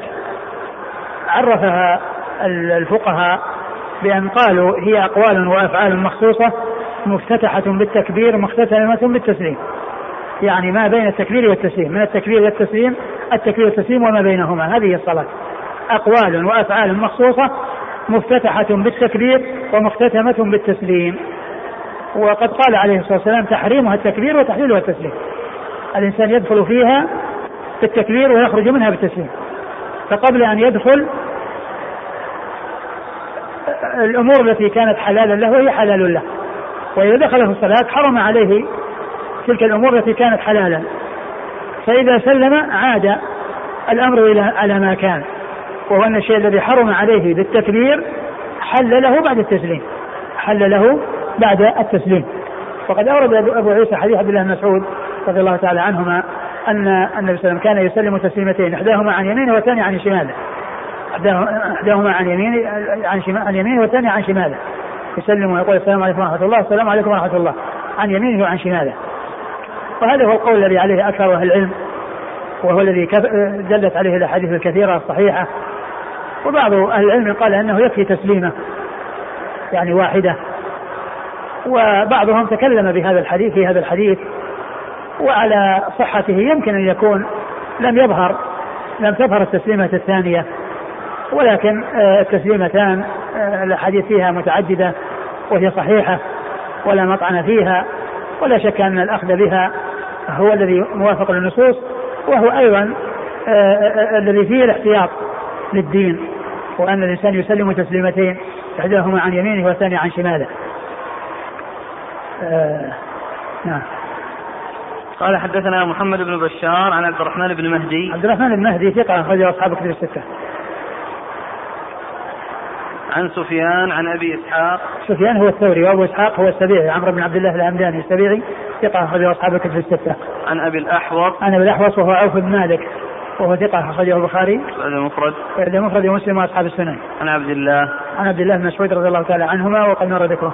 عرفها الفقهاء بأن قالوا هي أقوال وأفعال مخصوصة مفتتحة بالتكبير مختتمة بالتسليم، يعني ما بين التكبير والتسليم، من التكبير والتسليم التكبير والتسليم وما بينهما، هذه الصلاة أقوال وأفعال مخصوصة مفتتحة بالتكبير ومختتمة بالتسليم. وقد قال عليه الصلاة والسلام تحريمها التكبير وتحليلها التسليم، الإنسان يدخل فيها بالتكبير ويخرج منها بالتسليم، فقبل أن يدخل الأمور التي كانت حلالا له هي حلال له، وإذا دخل في الصلاة حرم عليه تلك الأمور التي كانت حلالا، فإذا سلم عاد الأمر إلى على ما كان، وهو أن الشيء الذي حرم عليه بالتكبير حل له بعد التسليم، حل له بعد التسليم. وقد أورد أبو عيسى حديث عبد الله بن مسعود رضي الله تعالى عنهما أن النبي صلى الله عليه وسلم كان يسلم تسليمتين، إحداهما عن يمينه والثانية عن شماله، إحداهما عن يمينه عن شماله عن يمينه والثانية عن شماله، يسلم ويقول السلام عليكم ورحمة الله، السلام عليكم ورحمة الله، عن يمينه وعن شماله. وهذا هو القول الذي عليه أكثر أهل العلم، وهو الذي دلت عليه الأحاديث الكثيرة الصحيحة. وبعض أهل العلم قال أنه يكفي تسليمة يعني واحدة، وبعضهم تكلم بهذا الحديث في هذا الحديث، وعلى صحته يمكن أن يكون لم يظهر لم تظهر التسليمة الثانية، ولكن التسليمتان الحديث فيها متعددة وهي صحيحة ولا مطعن فيها، ولا شك أن الأخذ بها هو الذي موافق للنصوص، وهو أيضا الذي فيه الاحتياط للدين، وأن الإنسان يسلم تسليمتين إحداهما عن يمينه والثانية عن شماله. آه نعم. قال حدثنا محمد بن بشار عن عبد الرحمن بن مهدي. عبد الرحمن بن مهدي ثقة أخرج أصحاب كتب الستة. عن سفيان عن أبي إسحاق. سفيان هو الثوري، وأبو إسحاق هو السبيعي عمرو بن عبد الله الهمداني السبيعي ثقة أخرج أصحاب كتب الستة. عن أبي الأحوص. عن أبي الأحوص وهو عوف بن مالك وهو ثقة أخرجه البخاري المفرد المفرد ومسلم وأصحاب السنن. عن عبد الله عن عبد الله بن مسعود رضي الله تعالى عنهما وقد مر ذكره.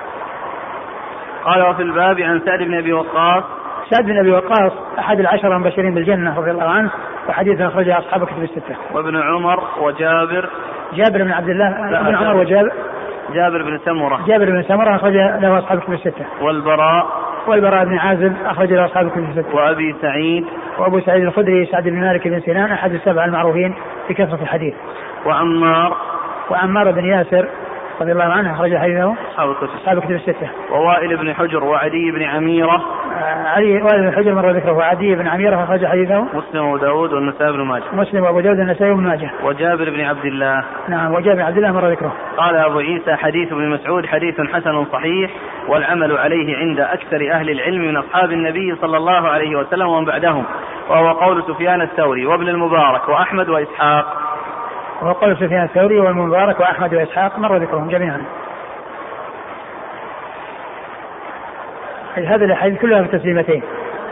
قال وفي الباب عن سعد بن أبي وقاص. سعد بن أبي وقاص أحد العشرة المبشرين بالجنة رضي الله عنه، وحديثه أخرجه أصحاب كتب الستة. وابن عمر وجابر. جابر بن عبد الله ابن عمر وجابر جابر بن سمرة. جابر بن سمرة أخرج له أصحاب كتب الستة. والبراء. والبراء بن عازب أخرج له أصحاب كتب الستة. وأبي سعيد. وأبو سعيد الخدري سعد بن مالك بن سنان أحد السبع المعروفين بكثرة الحديث. وعمار. وعمار بن ياسر رضي الله عنه أخرج حديثه أصحاب كتب الستة. ووائل بن حجر وعدي بن عميرة. علي وائل بن حجر مر ذكره، وعدي بن عميرة أخرج حديثه مسلم وداود والنسائي بن ماجه. مسلم وأبو داود والنسائي بن ماجه. وجابر بن عبد الله. نعم وجابر بن عبد الله مر ذكره. قال أبو عيسى حديث ابن مسعود حديث حسن صحيح، والعمل عليه عند أكثر أهل العلم من أصحاب النبي صلى الله عليه وسلم ومن بعدهم، وهو قول سفيان الثوري وابن المبارك وأحمد وإسحاق. وهو قول سفيان الثوري والمبارك وأحمد وإسحاق مر ذكرهم جميعا. هذه الأحاديث كلها في تسليمتين.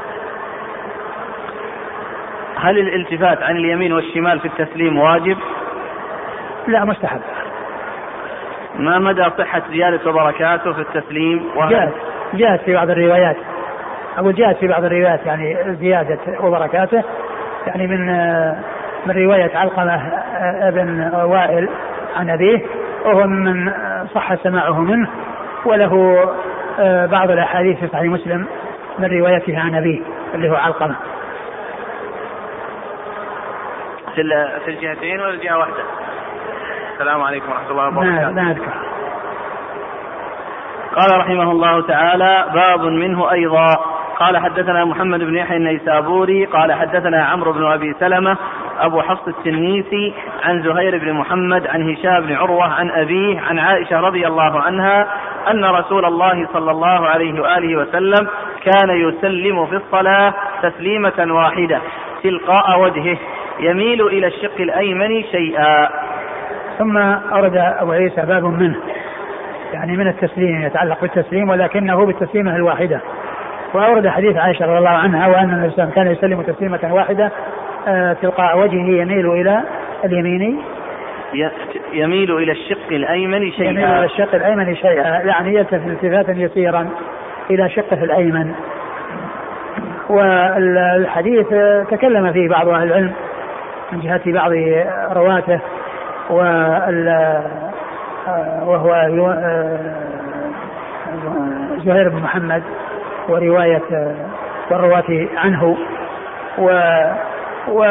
هل الالتفات عن اليمين والشمال في التسليم واجب؟ لا مستحب. ما مدى صحة زيادة وبركاته في التسليم؟ جاءت جاءت في بعض الروايات، أقول جاءت في بعض الروايات يعني زيادة وبركاته، يعني من من رواية علقمة ابن وائل عن أبيه، وهو من صح سماعه منه، وله بعض الأحاديث في صحيح مسلم من روايته عن أبيه اللي هو علقمة. في الجهتين ولا الجهة واحدة؟ السلام عليكم ورحمة الله وبركاته. لا أذكر. قال رحمه الله تعالى باب منه أيضا. قال حدثنا محمد بن يحيى النيسابوري قال حدثنا عمرو بن أبي سلمة أبو حفص التنيسي عن زهير بن محمد عن هشام بن عروة عن أبيه عن عائشة رضي الله عنها أن رسول الله صلى الله عليه وآله وسلم كان يسلم في الصلاة تسليمة واحدة تلقاء وجهه يميل إلى الشق الأيمن شيئا. ثم أورد أبو عيسى باب منه، يعني من التسليم يتعلق بالتسليم ولكنه بالتسليمة الواحدة، وأورد حديث عائشة رضي الله عنها وأن النبي صلى الله عليه وسلم كان يسلم تسليمة واحدة تلقاء وجهه يميل إلى اليمين يميل إلى الشق الأيمن شيئا يميل إلى الشق الأيمن شيئا يعني يلتفت التفاتا يسيرا إلى شقه الأيمن. والحديث تكلم فيه بعض أهل العلم من جهة بعض رواته، وهو زهير بن محمد ورواية والرواة عنه. و, و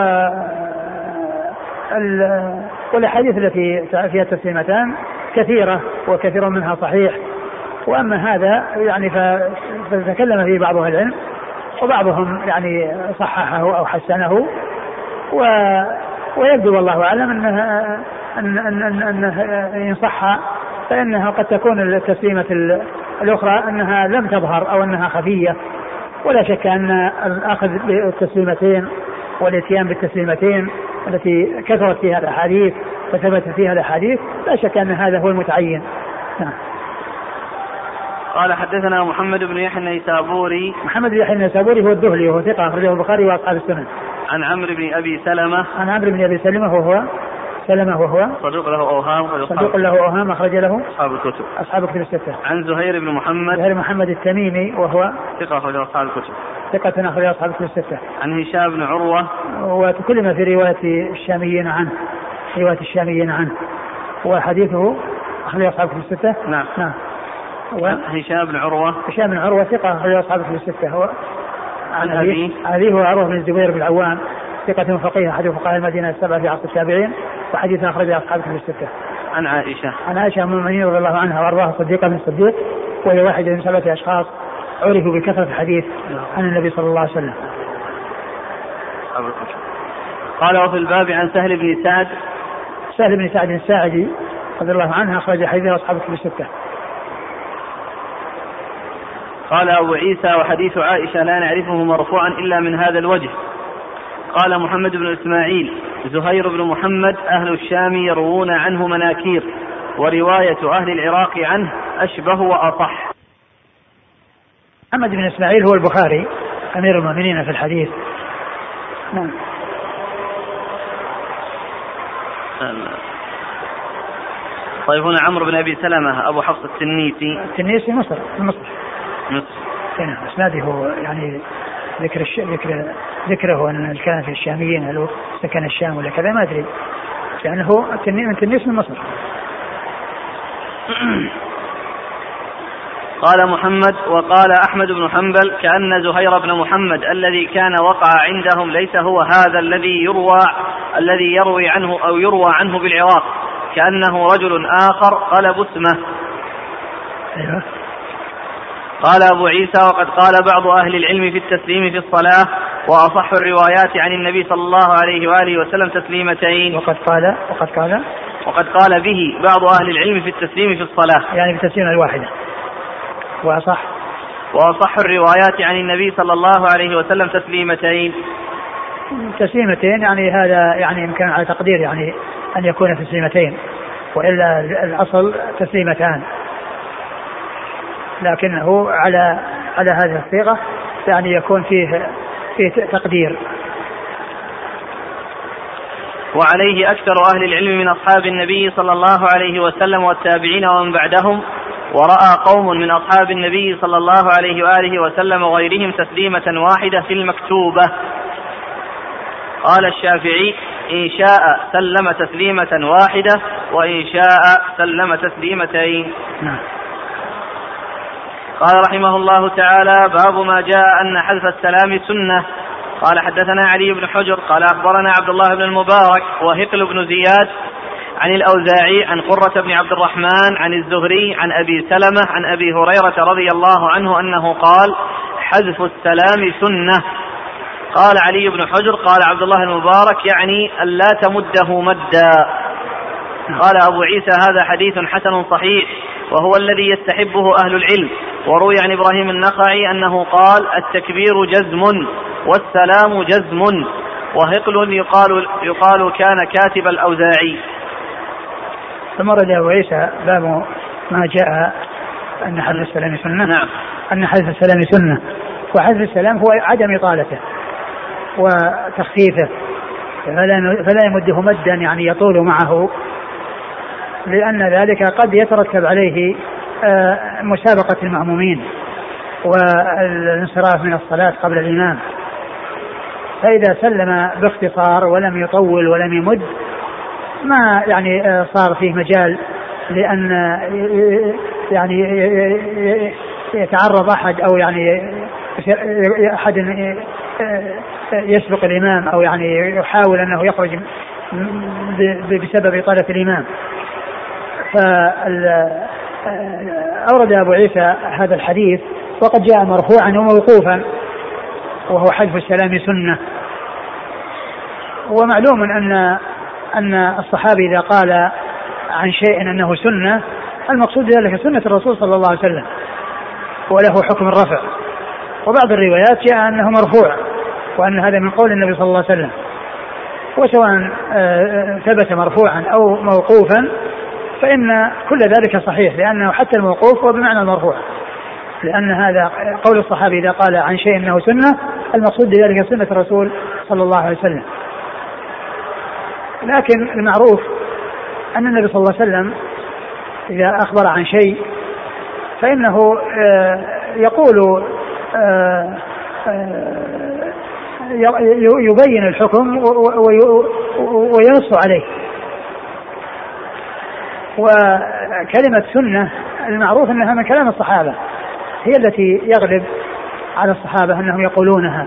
والأحاديث التي فيها التسليمتان كثيرة وكثير منها صحيح. وأما هذا يعني فتكلم فيه بعض أهل العلم وبعضهم يعني صححه أو حسنه، و ويبدو والله أعلم أنه أن أن أن أنه إن صح فإنها قد تكون التسليمة الأخرى أنها لم تظهر أو أنها خفية. ولا شك أن الأخذ بالتسليمتين والاتيان بالتسليمتين التي كثرت فيها الأحاديث وثبت فيها الأحاديث لا شك أن هذا هو المتعين. نعم. قال حدثنا محمد بن يحيى النيسابوري. محمد بن يحيى النيسابوري هو الدهلي وهو ثقة أخرجه البخاري وأصحاب السنن. عن عمرو بن أبي سلمة. عن عمرو بن أبي سلمة وهو سلمة وهو صدوق له أوهام. صدوق له أوهام أخرج له أصحاب الكتب. أصحاب الكتب الستة. عن زهير بن محمد. زهير محمد التميمي وهو ثقة أخرج أصحاب الكتب. ثقة أخرج أصحاب الكتب الستة. عن هشام بن عروة. وتكلم في رواية الشاميين عنه رواية الشاميين عنه وحديثه أخرج أصحاب الكتب الستة. نعم. نعم. و... هشام بن عروة. هشام بن عروة ثقة أخرج أصحاب الكتب الستة. هو عن أبيه. أبيه هو عروة بن الزبير بن العوام ثقة فقيه أحد فقهاء المدينة السبعة في عصر التابعين وحديث أخرج أصحاب الكتب الستة. عن عائشة. عن عائشة أم المؤمنين رضي الله عنها وأرضاها صديقة بن الصديق وهي واحدة من سبعة أشخاص عرفوا بكثرة الحديث عن النبي صلى الله عليه وسلم. قال وفي الباب عن سهل بن سعد. سهل بن سعد الساعدي رضي الله عنه أخرج حديثه أصحاب الكتب الستة. قال أبو عيسى وحديث عائشة لا نعرفه مرفوعا إلا من هذا الوجه. قال محمد بن إسماعيل زهير بن محمد أهل الشام يروون عنه مناكير ورواية أهل العراق عنه أشبه وأصح. محمد بن إسماعيل هو البخاري أمير المؤمنين في الحديث. نعم. طيب هنا عمرو بن أبي سلمة أبو حفص التنيسي. التنيسي مصر في مصر. مصر. نعم. اسناده هو يعني ذكر الش... ذكر ذكره أن كان في الشاميين هل سكن الشام ولا كذا ما أدري لأنه يعني التنيس من مصر. قال محمد وقال أحمد بن حنبل كأن زهير بن محمد الذي كان وقع عندهم ليس هو هذا الذي يروى الذي يروي عنه أو يروى عنه بالعراق كأنه رجل آخر قلب اسمه. أيوة. قال أبو عيسى وقد قال بعض أهل العلم في التسليم في الصلاة وأصح الروايات عن النبي صلى الله عليه وآله وسلم تسليمتين. وقد قال وقد قال وقد قال به بعض أهل العلم في التسليم في الصلاة يعني بالتسليمة الواحدة. وأصح وأصح الروايات عن النبي صلى الله عليه وسلم تسليمتين. تسليمتين يعني هذا يعني يمكن على تقدير يعني أن يكون تسليمتين وإلا الأصل تسليمتان لكنه على على هذه الصيغة يعني يكون فيه فيه تقدير. وعليه أكثر أهل العلم من أصحاب النبي صلى الله عليه وسلم والتابعين ومن بعدهم. ورأى قوم من أصحاب النبي صلى الله عليه وآله وسلم وغيرهم تسليمة واحدة في المكتوبة. قال الشافعي إن شاء سلم تسليمة واحدة وإن شاء سلم تسليمتين. قال رحمه الله تعالى باب ما جاء أن حذف السلام سنة. قال حدثنا علي بن حجر قال أخبرنا عبد الله بن المبارك وهقل بن زياد عن الأوزاعي عن قرة بن عبد الرحمن عن الزهري عن أبي سلمة عن أبي هريرة رضي الله عنه أنه قال حذف السلام سنة. قال علي بن حجر قال عبد الله المبارك يعني أن لا تمده مدا. قال أبو عيسى هذا حديث حسن صحيح وهو الذي يستحبه أهل العلم. وروي عن إبراهيم النخعي أنه قال التكبير جزم والسلام جزم. وهقل يقال, يقال كان كاتب الأوزاعي. ثم رد أبو عيسى باب ما جاء أن حذف السلام سنة. نعم. أن حذف السلام سنة. وحذف السلام هو عدم إطالته وتخفيفه فلا يمده مدا يعني يطول معه لأن ذلك قد يترتب عليه مسابقة المأمومين والانصراف من الصلاة قبل الإمام. فإذا سلم باختصار ولم يطول ولم يمد ما يعني صار فيه مجال لأن يعني يتعرض أحد أو يعني أحد يسبق الإمام أو يعني يحاول أنه يخرج بسبب إطالة الإمام. فأورد أبو عيسى هذا الحديث وقد جاء مرفوعا وموقوفا وهو حذف السلام سنة. ومعلوم أن أن الصحابي إذا قال عن شيء أنه سنة المقصود ذلك سنة الرسول صلى الله عليه وسلم وله حكم الرفع. وبعض الروايات جاء أنه مرفوع وأن هذا من قول النبي صلى الله عليه وسلم. وسواء ثبت مرفوعا أو موقوفا فإن كل ذلك صحيح لأنه حتى الموقوف هو بمعنى المرفوع لأن هذا قول الصحابي إذا قال عن شيء أنه سنة المقصود بذلك سنة الرسول صلى الله عليه وسلم. لكن المعروف أن النبي صلى الله عليه وسلم إذا أخبر عن شيء فإنه يقول يبين الحكم وينص عليه. وكلمة سنة المعروف أنها من كلام الصحابة هي التي يغلب على الصحابة أنهم يقولونها.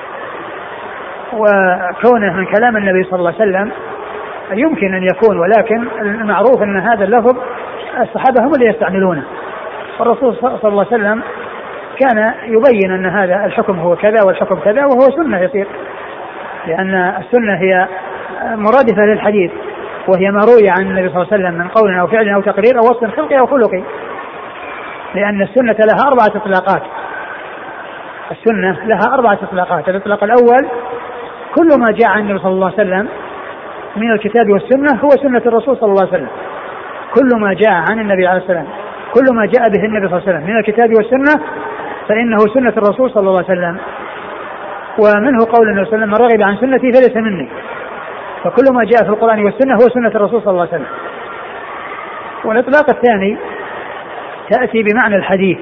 وكونه من كلام النبي صلى الله عليه وسلم يمكن أن يكون ولكن المعروف أن هذا اللفظ الصحابة هم اللي يستعملونه. والرسول صلى الله عليه وسلم كان يبين أن هذا الحكم هو كذا والحكم كذا وهو سنة يصير لأن السنة هي مرادفة للحديث وهي ما روي عن النبي صلى الله عليه وسلم من قول أو فعل أو تقرير أو وصف خلقي أو خلقي لأن السنة لها أربعة إطلاقات. السنة لها أربعة إطلاقات. الإطلاق الأول كل ما جاء عن النبي صلى الله عليه وسلم من الكتاب والسنة هو سنة الرسول صلى الله عليه وسلم. كل ما جاء عن النبي عليه السلام كل ما جاء به النبي صلى الله عليه وسلم من الكتاب والسنة فإنه سنة الرسول صلى الله عليه وسلم. ومنه قول النبي صلى الله عليه وسلم من رغب عن سنتي فليس مني. فكل ما جاء في القرآن والسنة هو سنة الرسول صلى الله عليه وسلم. والإطلاق الثاني تأتي بمعنى الحديث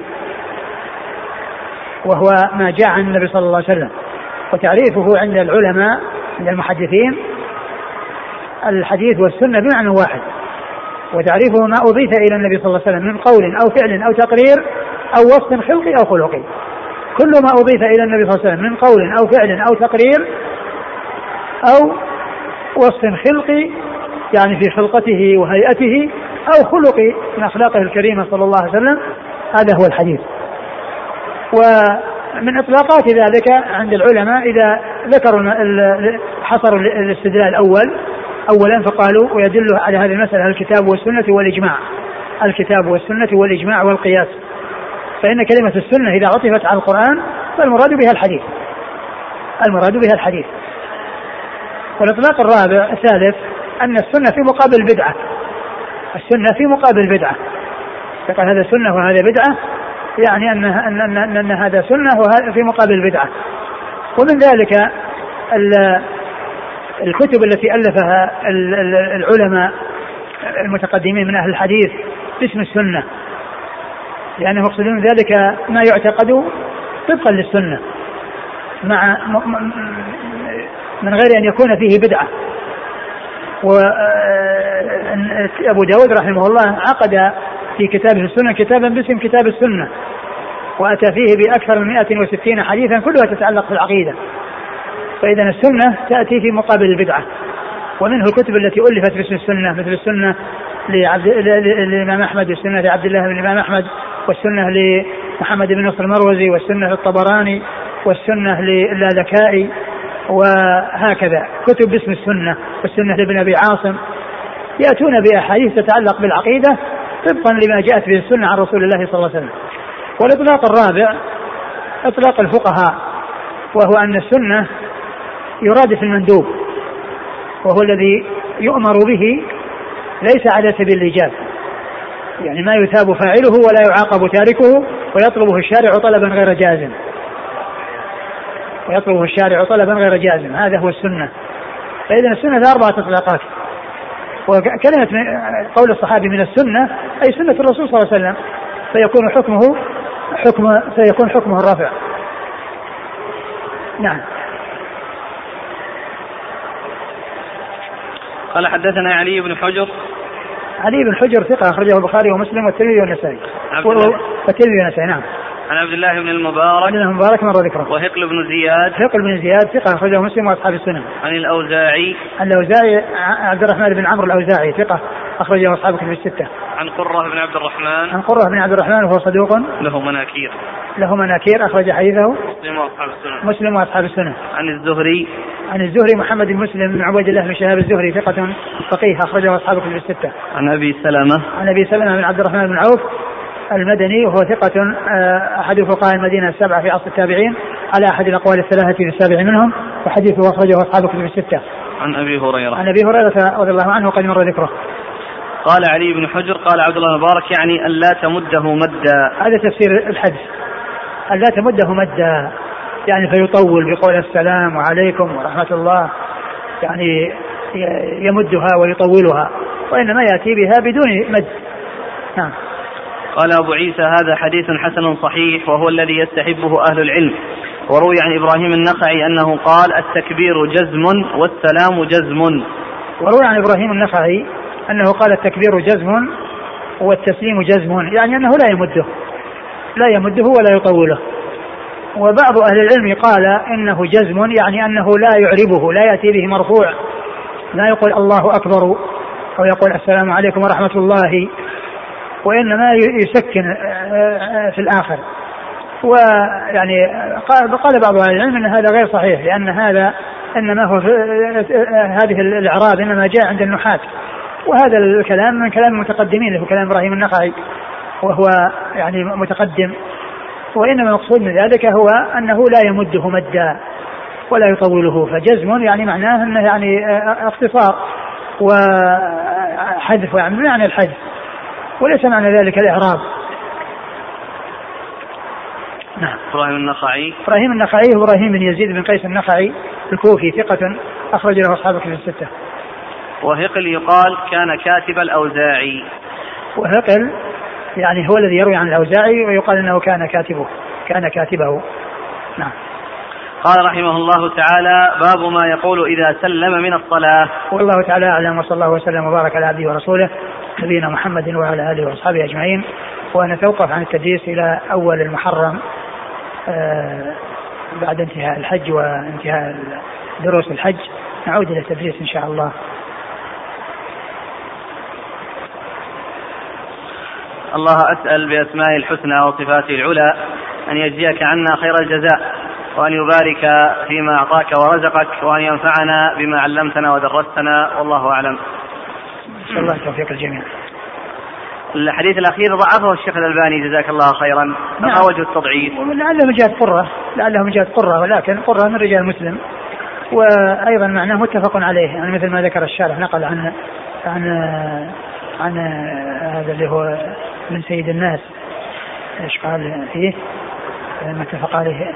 وهو ما جاء عن النبي صلى الله عليه وسلم. وتعريفه عند العلماء عند المحدثين الحديث والسنة بمعنى واحد. وتعريفه ما أضيف إلى النبي صلى الله عليه وسلم من قول أو فعل أو تقرير أو وصف خلقي أو خلقي. كل ما أضيف إلى النبي صلى الله عليه وسلم من قول أو فعل أو تقرير أو وصف خلقي يعني في خلقته وهيئته أو خلقي من أخلاقه الكريمة صلى الله عليه وسلم هذا هو الحديث. ومن إطلاقات ذلك عند العلماء إذا ذكروا حصروا الاستدلال الأول أولا فقالوا ويدل على هذه المسألة الكتاب والسنة والإجماع. الكتاب والسنة والإجماع والقياس. فإن كلمة السنة إذا عطفت على القرآن فالمراد بها الحديث. المراد بها الحديث. والإطلاق الرابع الثالث أن السنة في مقابل بدعة. السنة في مقابل بدعة. فقال هذا سنة وهذا بدعة يعني أن, أن, أن, أن, أن هذا سنة وهذا في مقابل بدعة. ومن ذلك الكتب التي ألفها العلماء المتقدمين من أهل الحديث باسم السنة لأنهم يقصدون ذلك ما يعتقد طبقا للسنة مع من غير أن يكون فيه بدعة. وأبو داود رحمه الله عقد في كتابه السنة كتابا باسم كتاب السنة وأتى فيه بأكثر من مئة وستين حديثا كلها تتعلق في العقيدة. فإذا السنة تأتي في مقابل البدعة. ومنه الكتب التي ألفت باسم السنة مثل السنة للإمام أحمد والسنة لعبد الله بن الإمام أحمد والسنة لمحمد بن نصر المروزي والسنة للطبراني والسنة للالكائي وهكذا كتب باسم السنة والسنة لابن أبي عاصم يأتون بأحاديث تتعلق بالعقيدة طبقا لما جاءت به السنة عن رسول الله صلى الله عليه وسلم. والإطلاق الرابع إطلاق الفقهاء وهو أن السنة يرادف المندوب وهو الذي يؤمر به ليس على سبيل الإيجاب يعني ما يثاب فاعله ولا يعاقب تاركه ويطلبه الشارع طلبا غير جازم ويطلبه الشارع طلبا غير جازم هذا هو السنة. فإذا السنة ذا أربعة إطلاقات. وكلمة قول الصحابي من السنة أي سنة الرسول صلى الله عليه وسلم فيكون حكمه حكم سيكون حكمه الرفع. نعم. قال حدثنا علي بن حجر. علي بن حجر ثقة أخرجه البخاري ومسلم والترمذي والنسائي والترمذي والنسائي. نعم. عن عبد الله بن المبارك عن المبارك مر ذكره. وهقل بن زياد هقل بن زياد ثقة أخرجه مسلم وأصحاب السنن. عن الأوزاعي الأوزاعي عبد الرحمن بن عمرو الأوزاعي ثقة أخرجه أصحاب كتب الستة. عن قرة بن عبد الرحمن عن قرة بن عبد الرحمن وهو صدوق له مناكير له مناكير أخرج حديثه مسلم وأصحاب السنن. مسلم وأصحاب السنن. عن الزهري عن الزهري محمد بن مسلم بن عبيد الله بن شهاب الزهري ثقة فقيه أخرجه أصحاب كتب الستة. عن أبي سلمة عن أبي سلمة بن عبد الرحمن بن عوف المدني وهو ثقة أحد فقهاء المدينة السبعة في عصر التابعين على أحد الأقوال الثلاثة في السابع منهم وحديثه أخرجه أصحاب كتب الستة. عن أبي هريرة عن أبي هريرة رضي الله عنه وقد مر ذكره. قال علي بن حجر قال عبد الله المبارك يعني أن لا تمده مدا. هذا تفسير الحديث أن لا تمده مدا يعني فيطول بقول السلام عليكم ورحمة الله يعني يمدها ويطولها وإنما يأتي بها بدون مد. نعم. قال أبو عيسى هذا حديث حسن صحيح وهو الذي يستحبه أهل العلم. وروي عن إبراهيم النخعي أنه قال التكبير جزم والسلام جزم. وروي عن إبراهيم النخعي أنه قال التكبير جزم والتسليم جزم يعني أنه لا يمده لا يمده ولا يطوله. وبعض أهل العلم قال إنه جزم يعني أنه لا يعربه لا يأتي به مرفوع لا يقول الله أكبر أو يقول السلام عليكم ورحمة الله وإنما يسكن في الآخر. ويعني قال بعض أهل العلم أن هذا غير صحيح لأن هذا إنما هو هذه الإعراب إنما جاء عند النحاة وهذا الكلام من كلام المتقدمين له كلام إبراهيم النخعي وهو يعني متقدم. وإنما المقصود من ذلك هو أنه لا يمده مدا ولا يطوله فجزم يعني معناه أنه يعني اختصار وحذف يعني معنى الحذف وليس معنى ذلك الإعراب. نعم. إبراهيم النخعي إبراهيم النخعي هو إبراهيم بن يزيد بن قيس النخعي الكوفي ثقة أخرج له أصحاب كتب الستة. وهقل يقال كان كاتب الأوزاعي. وهقل يعني هو الذي يروي عن الأوزاعي ويقال أنه كان كاتبه كان كاتبه. نعم. قال رحمه الله تعالى باب ما يقول إذا سلم من الصلاة. والله تعالى أعلم وصلى الله وسلم وبارك على عبده ورسوله نبينا محمد وعلى آله وأصحابه أجمعين. ونتوقف عن التدريس إلى أول المحرم آه بعد انتهاء الحج وانتهاء دروس الحج نعود إلى التدريس إن شاء الله. الله أسأل بأسماء الحسنى وصفاته العلى أن يجزيك عنا خير الجزاء وأن يبارك فيما أعطاك ورزقك وأن ينفعنا بما علمتنا ودرستنا والله أعلم. إن شاء الله توفيق الجميع. الحديث الأخير ضعفه الشيخ الألباني جزاك الله خيرا. ما نعم. وجه التضعيف؟ لعله من جهة قرة لعله من جهة قرة ولكن قرة من رجال مسلم وأيضا معناه متفق عليه يعني مثل ما ذكر الشارح نقل عن عن عن هذا اللي هو من سيد الناس ايش قال فيه ما اتفق عليه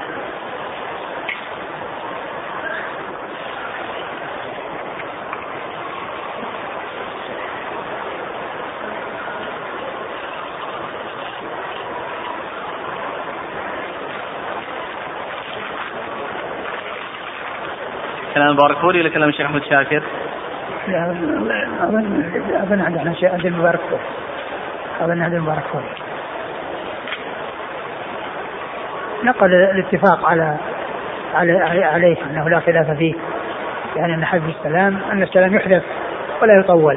كلام باركوري ولا كلام الشيخ أحمد شاكر؟ لا أظن أظن عندنا شيء عند المبارك فوري أظن عند المبارك فوري نقل الاتفاق على على عليه أنه لا خلاف فيه يعني أن حذف السلام أن السلام يحذف ولا يطول.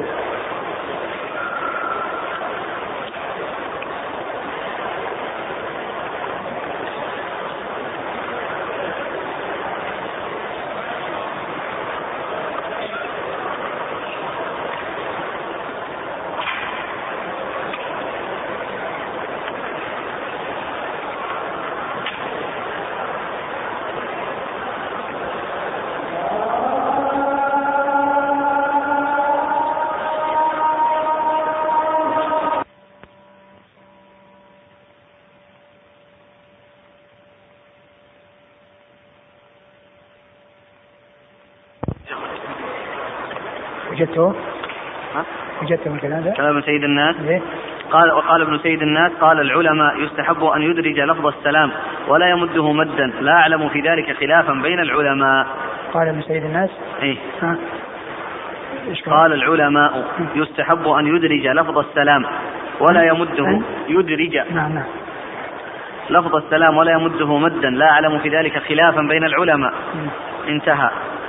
وجدته وجدته من كلام كلام ابن سيد الناس إيه؟ قال وقال ابن سيد الناس قال العلماء يستحب أن يدرج لفظ السلام ولا يمده مدا لا أعلم في ذلك خلافا بين العلماء. قال ابن سيد الناس إيه؟ ها؟ قال العلماء يستحب أن يدرج لفظ السلام ولا يمده يدرج نعم نعم لفظ السلام ولا يمده مدا، لا أعلم في ذلك خلافا بين العلماء. انتهى.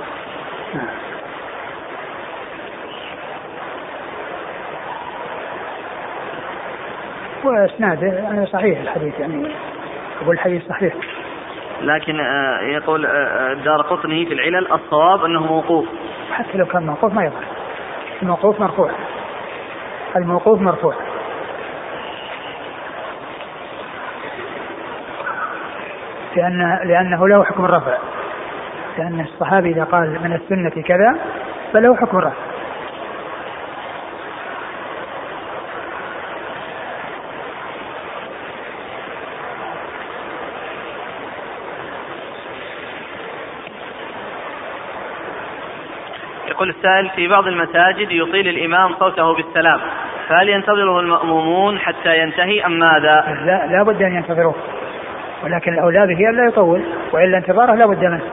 واسناد يعني صحيح الحديث، يعني أقول الحديث صحيح، لكن يقول الدارقطني في العلل الصواب أنه موقوف. حتى لو كان موقوف ما يضر، الموقوف مرفوع، الموقوف مرفوع. لأن لأنه له حكم الرفع، لأن الصحابي إذا قال من السنة كذا فله حكم الرفع. يقول السائل: في بعض المساجد يطيل الإمام صوته بالسلام، فهل ينتظره المأمومون حتى ينتهي أم ماذا؟ لا, لا بد أن ينتظروه، ولكن الأولى به أن لا يطول، وإلا انتظاره لا بد منه.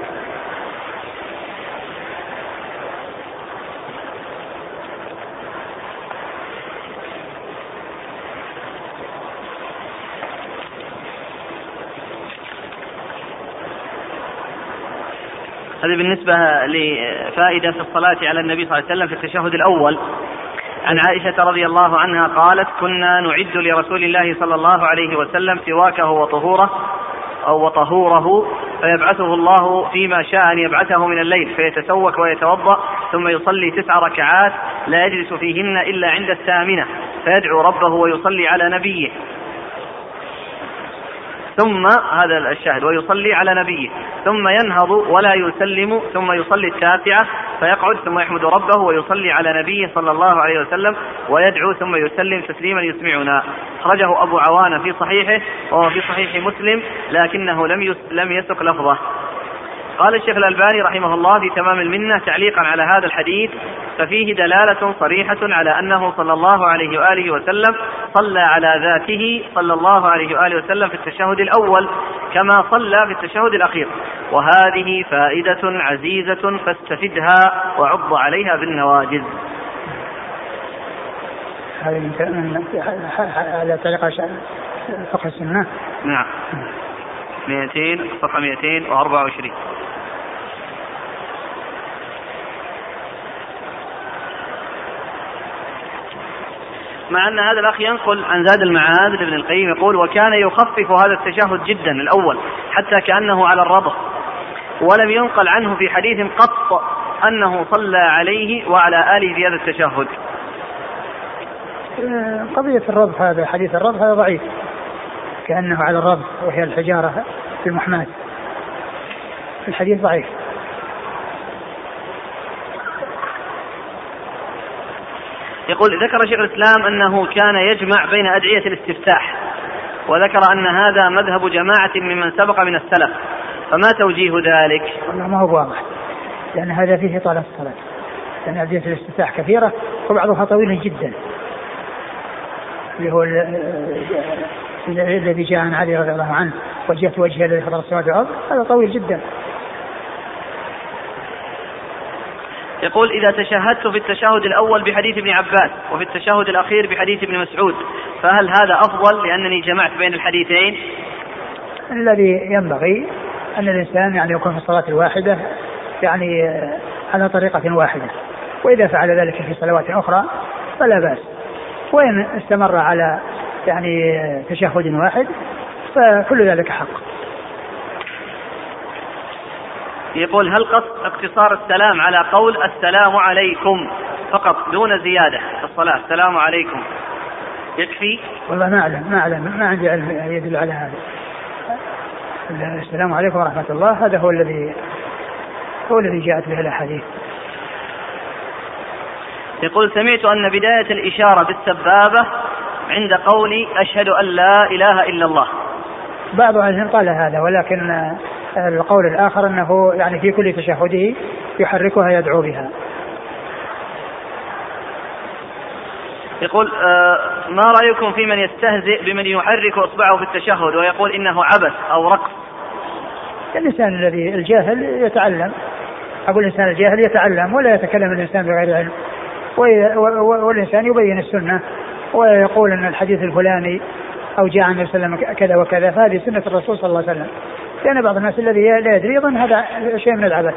هذه بالنسبة لفائدة في الصلاة على النبي صلى الله عليه وسلم في التشهد الأول. عن عائشة رضي الله عنها قالت: كنا نعد لرسول الله صلى الله عليه وسلم سواكه وطهوره أو وطهوره، فيبعثه الله فيما شاء أن يبعثه من الليل، فيتسوك ويتوضأ ثم يصلي تسع ركعات لا يجلس فيهن إلا عند الثامنة، فيدعو ربه ويصلي على نبيه، ثم هذا الشاهد ويصلي على نبيه، ثم ينهض ولا يسلم، ثم يصلي التاسعة فيقعد ثم يحمد ربه ويصلي على نبيه صلى الله عليه وسلم ويدعو ثم يسلم تسليما يسمعنا. أخرجه أبو عوانة في صحيحه وهو في صحيح مسلم، لكنه لم لم يسق لفظه. قال الشيخ الألباني رحمه الله في تمام المنة تعليقا على هذا الحديث: ففيه دلالة صريحة على أنه صلى الله عليه وآله وسلم صلى على ذاته صلى الله عليه وآله وسلم في التشهد الأول كما صلى في التشهد الأخير، وهذه فائدة عزيزة فاستفدها وعض عليها بالنواجذ. هذه من على طريقة فقه السنة. نعم. مئتين صفحة مئتين وأربعة وعشرين. مع أن هذا الأخ ينقل عن زاد المعاد لابن القيم يقول: وكان يخفف هذا التشهد جدا الأول حتى كأنه على الرضع، ولم ينقل عنه في حديث قط أنه صلى عليه وعلى آله في هذا التشهد. قضية الرضع، هذا حديث الرضع هذا ضعيف، كأنه على الرضع وهي الحجارة في المحماة، الحديث ضعيف. يقول: ذكر شيخ الإسلام أنه كان يجمع بين أدعية الاستفتاح، وذكر أن هذا مذهب جماعة ممن سبق من السلف، فما توجيه ذلك؟ والله ما هو واضح، لأن هذا فيه طالة الصلاة، لأن أدعية الاستفتاح كثيرة وبعضها طويل جدا، اللي هو الذي جاء عن علي رضي الله عنه: وجهت وجهي الذي فطر السماوات والأرض، هذا طويل جدا. يقول: إذا تشهدت في التشهد الأول بحديث ابن عباس وفي التشهد الأخير بحديث ابن مسعود، فهل هذا أفضل لأنني جمعت بين الحديثين؟ الذي ينبغي أن الإنسان يعني يكون في الصلاة الواحدة يعني على طريقة واحدة، وإذا فعل ذلك في صلوات أخرى فلا بأس، وإن استمر على يعني تشهد واحد فكل ذلك حق. يقول: هل قصد اقتصار السلام على قول السلام عليكم فقط دون زيادة في الصلاة السلام عليكم يكفي؟ والله ما أعلم ما أعلم ما عندي علم يدل على هذا. السلام عليكم ورحمة الله هذا هو الذي هو الذي جاءت به الأحاديث. يقول: سمعت أن بداية الإشارة بالسبابة عند قولي أشهد أن لا إله إلا الله. بعض أهلهم قال هذا، ولكن القول الآخر أنه يعني في كل تشهده يحركها يدعو بها. يقول: آه ما رأيكم في من يستهزئ بمن يحرك أصبعه في التشهد ويقول إنه عبث أو رقص؟ الإنسان الذي الجاهل يتعلم، أقول الإنسان الجاهل يتعلم ولا يتكلم الإنسان بغير علم، والإنسان يبين السنة ويقول أن الحديث الفلاني أو جاء عن النبي صلى الله عليه وسلم كذا وكذا، فهذه سنة الرسول صلى الله عليه وسلم. لأن بعض الناس الذي لا يدري يظن هذا شيء من العبث.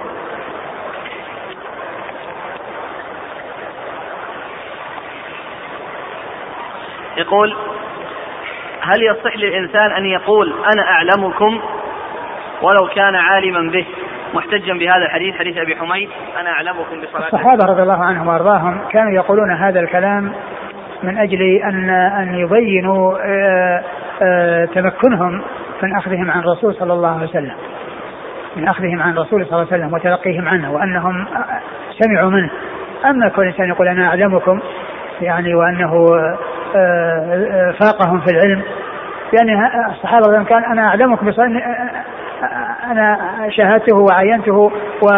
يقول: هل يصح للإنسان أن يقول أنا أعلمكم ولو كان عالما به، محتجا بهذا الحديث، حديث أبي حميد أنا أعلمكم بصلاة؟ الصحابة رضي الله عنهم وأرضاهم كانوا يقولون هذا الكلام من أجل أن أن يبينوا آآ آآ تمكنهم من أخذهم عن الرسول صلى الله عليه وسلم، من أخذهم عن الرسول صلى الله عليه وسلم وتلقيهم عنه، وأنهم سمعوا منه. أما كل إنسان يقول أنا أعلمكم يعني وأنه فاقهم في العلم، يعني الصحابة كان أنا أعلمكم أنا شاهدته وعينته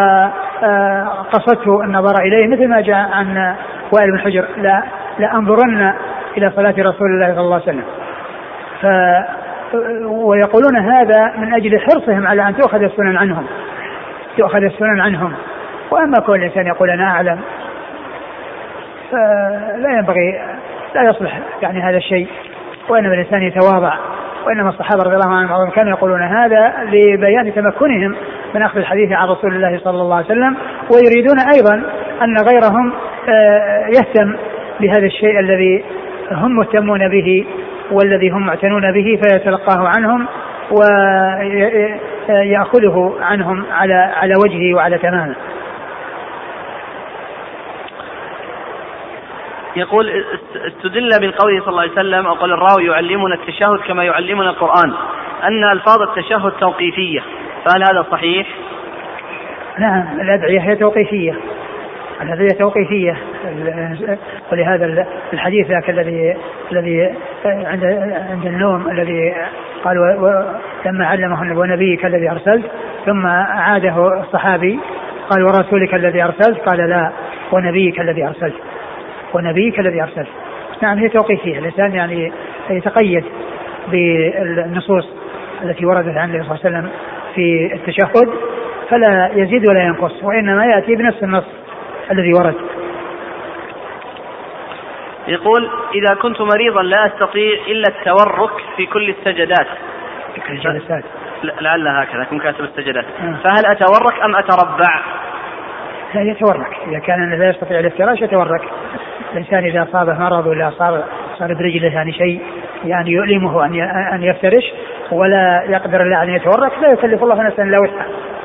وقصدته النظر إليه، مثل ما جاء عن وائل بن حجر لا, لا أنظرن إلى صلاة رسول الله صلى الله عليه وسلم. ف ويقولون هذا من أجل حرصهم على أن تؤخذ السنن عنهم تؤخذ السنن عنهم. وأما كل إنسان يقول أنا أعلم فلا ينبغي، لا يصلح يعني هذا الشيء، وإنما الإنسان يتواضع. وإنما الصحابة رضي الله عنهم كانوا يقولون هذا لبيان تمكنهم من أخذ الحديث عن رسول الله صلى الله عليه وسلم، ويريدون أيضا أن غيرهم يهتم بهذا الشيء الذي هم مهتمون به والذي هم معتنون به، فيتلقاه عنهم ويأخذه عنهم على على وجهه وعلى تمامه. يقول: استدل من قوله صلى الله عليه وسلم أو قال الراوي يعلمنا التشهد كما يعلمنا القرآن أن ألفاظ التشهد توقيفية، فهل هذا صحيح؟ نعم، الأدعية هي توقيفية، الأدعية توقيفية. ولهذا الحديث ذاك الذي الذي عند عند النوم الذي قال لما علمه ونبيك الذي أرسلت، ثم عاده الصحابي قال ورسولك الذي أرسلت، قال لا ونبيك الذي أرسلت ونبيك الذي أرسلت. نعم هي توقيفية، الإنسان يعني يتقيد بالنصوص التي وردت عن النبي صلى الله عليه وسلم في التشهد فلا يزيد ولا ينقص، وإنما يأتي بنفس النص الذي ورد. يقول: إذا كنت مريضا لا أستطيع إلا التورك في كل السجدات، في كل الجلسات، لعل هكذا كم كاتب السجدات، فهل أتورك أم أتربع؟ لا يتورك، إذا كان لا يستطيع الافتراش يتورك. الإنسان إذا أصابه مرض ولا صار صار برجله يعني شيء يعني يؤلمه أن أن يفترش ولا يقدر إلا أن يتورك، لا يكلف الله نفسا إلا وسعها.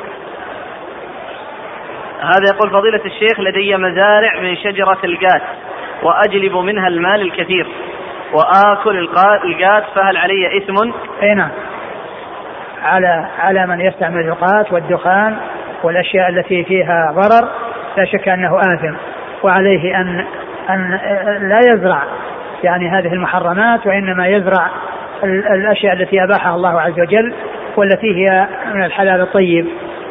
هذا يقول: فضيلة الشيخ لدي مزارع من شجرة القات وأجلب منها المال الكثير وآكل القات، فهل علي إثم؟ أي نعم، على على من يستعمل القات والدخان والأشياء التي فيها ضرر لا شك أنه آثم، وعليه أن أن لا يزرع يعني هذه المحرمات، وإنما يزرع الأشياء التي أباحها الله عز وجل والتي هي من الحلال الطيب.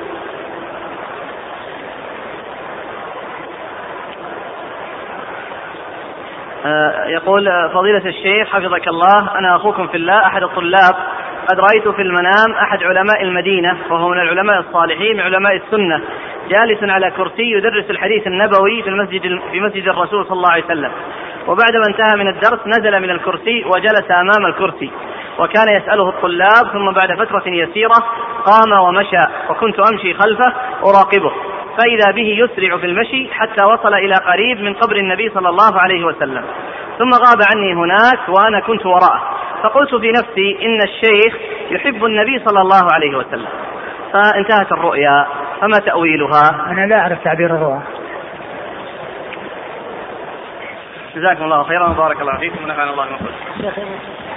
يقول: فضيلة الشيخ حفظك الله، أنا أخوكم في الله أحد الطلاب، قد رأيت في المنام أحد علماء المدينة وهو من العلماء الصالحين من علماء السنة جالس على كرسي يدرس الحديث النبوي في المسجد في مسجد الرسول صلى الله عليه وسلم، وبعدما انتهى من الدرس نزل من الكرسي وجلس أمام الكرسي، وكان يسأله الطلاب، ثم بعد فترة يسيرة قام ومشى، وكنت أمشي خلفه أراقبه، فإذا به يسرع في المشي حتى وصل إلى قريب من قبر النبي صلى الله عليه وسلم، ثم غاب عني هناك وأنا كنت وراءه، فقلت في نفسي إن الشيخ يحب النبي صلى الله عليه وسلم، فانتهت الرؤيا، فما تأويلها؟ أنا لا أعرف تعبير الرؤى. جزاكم الله خيرا وبارك الله فيكم ونفعنا الله بما قلت.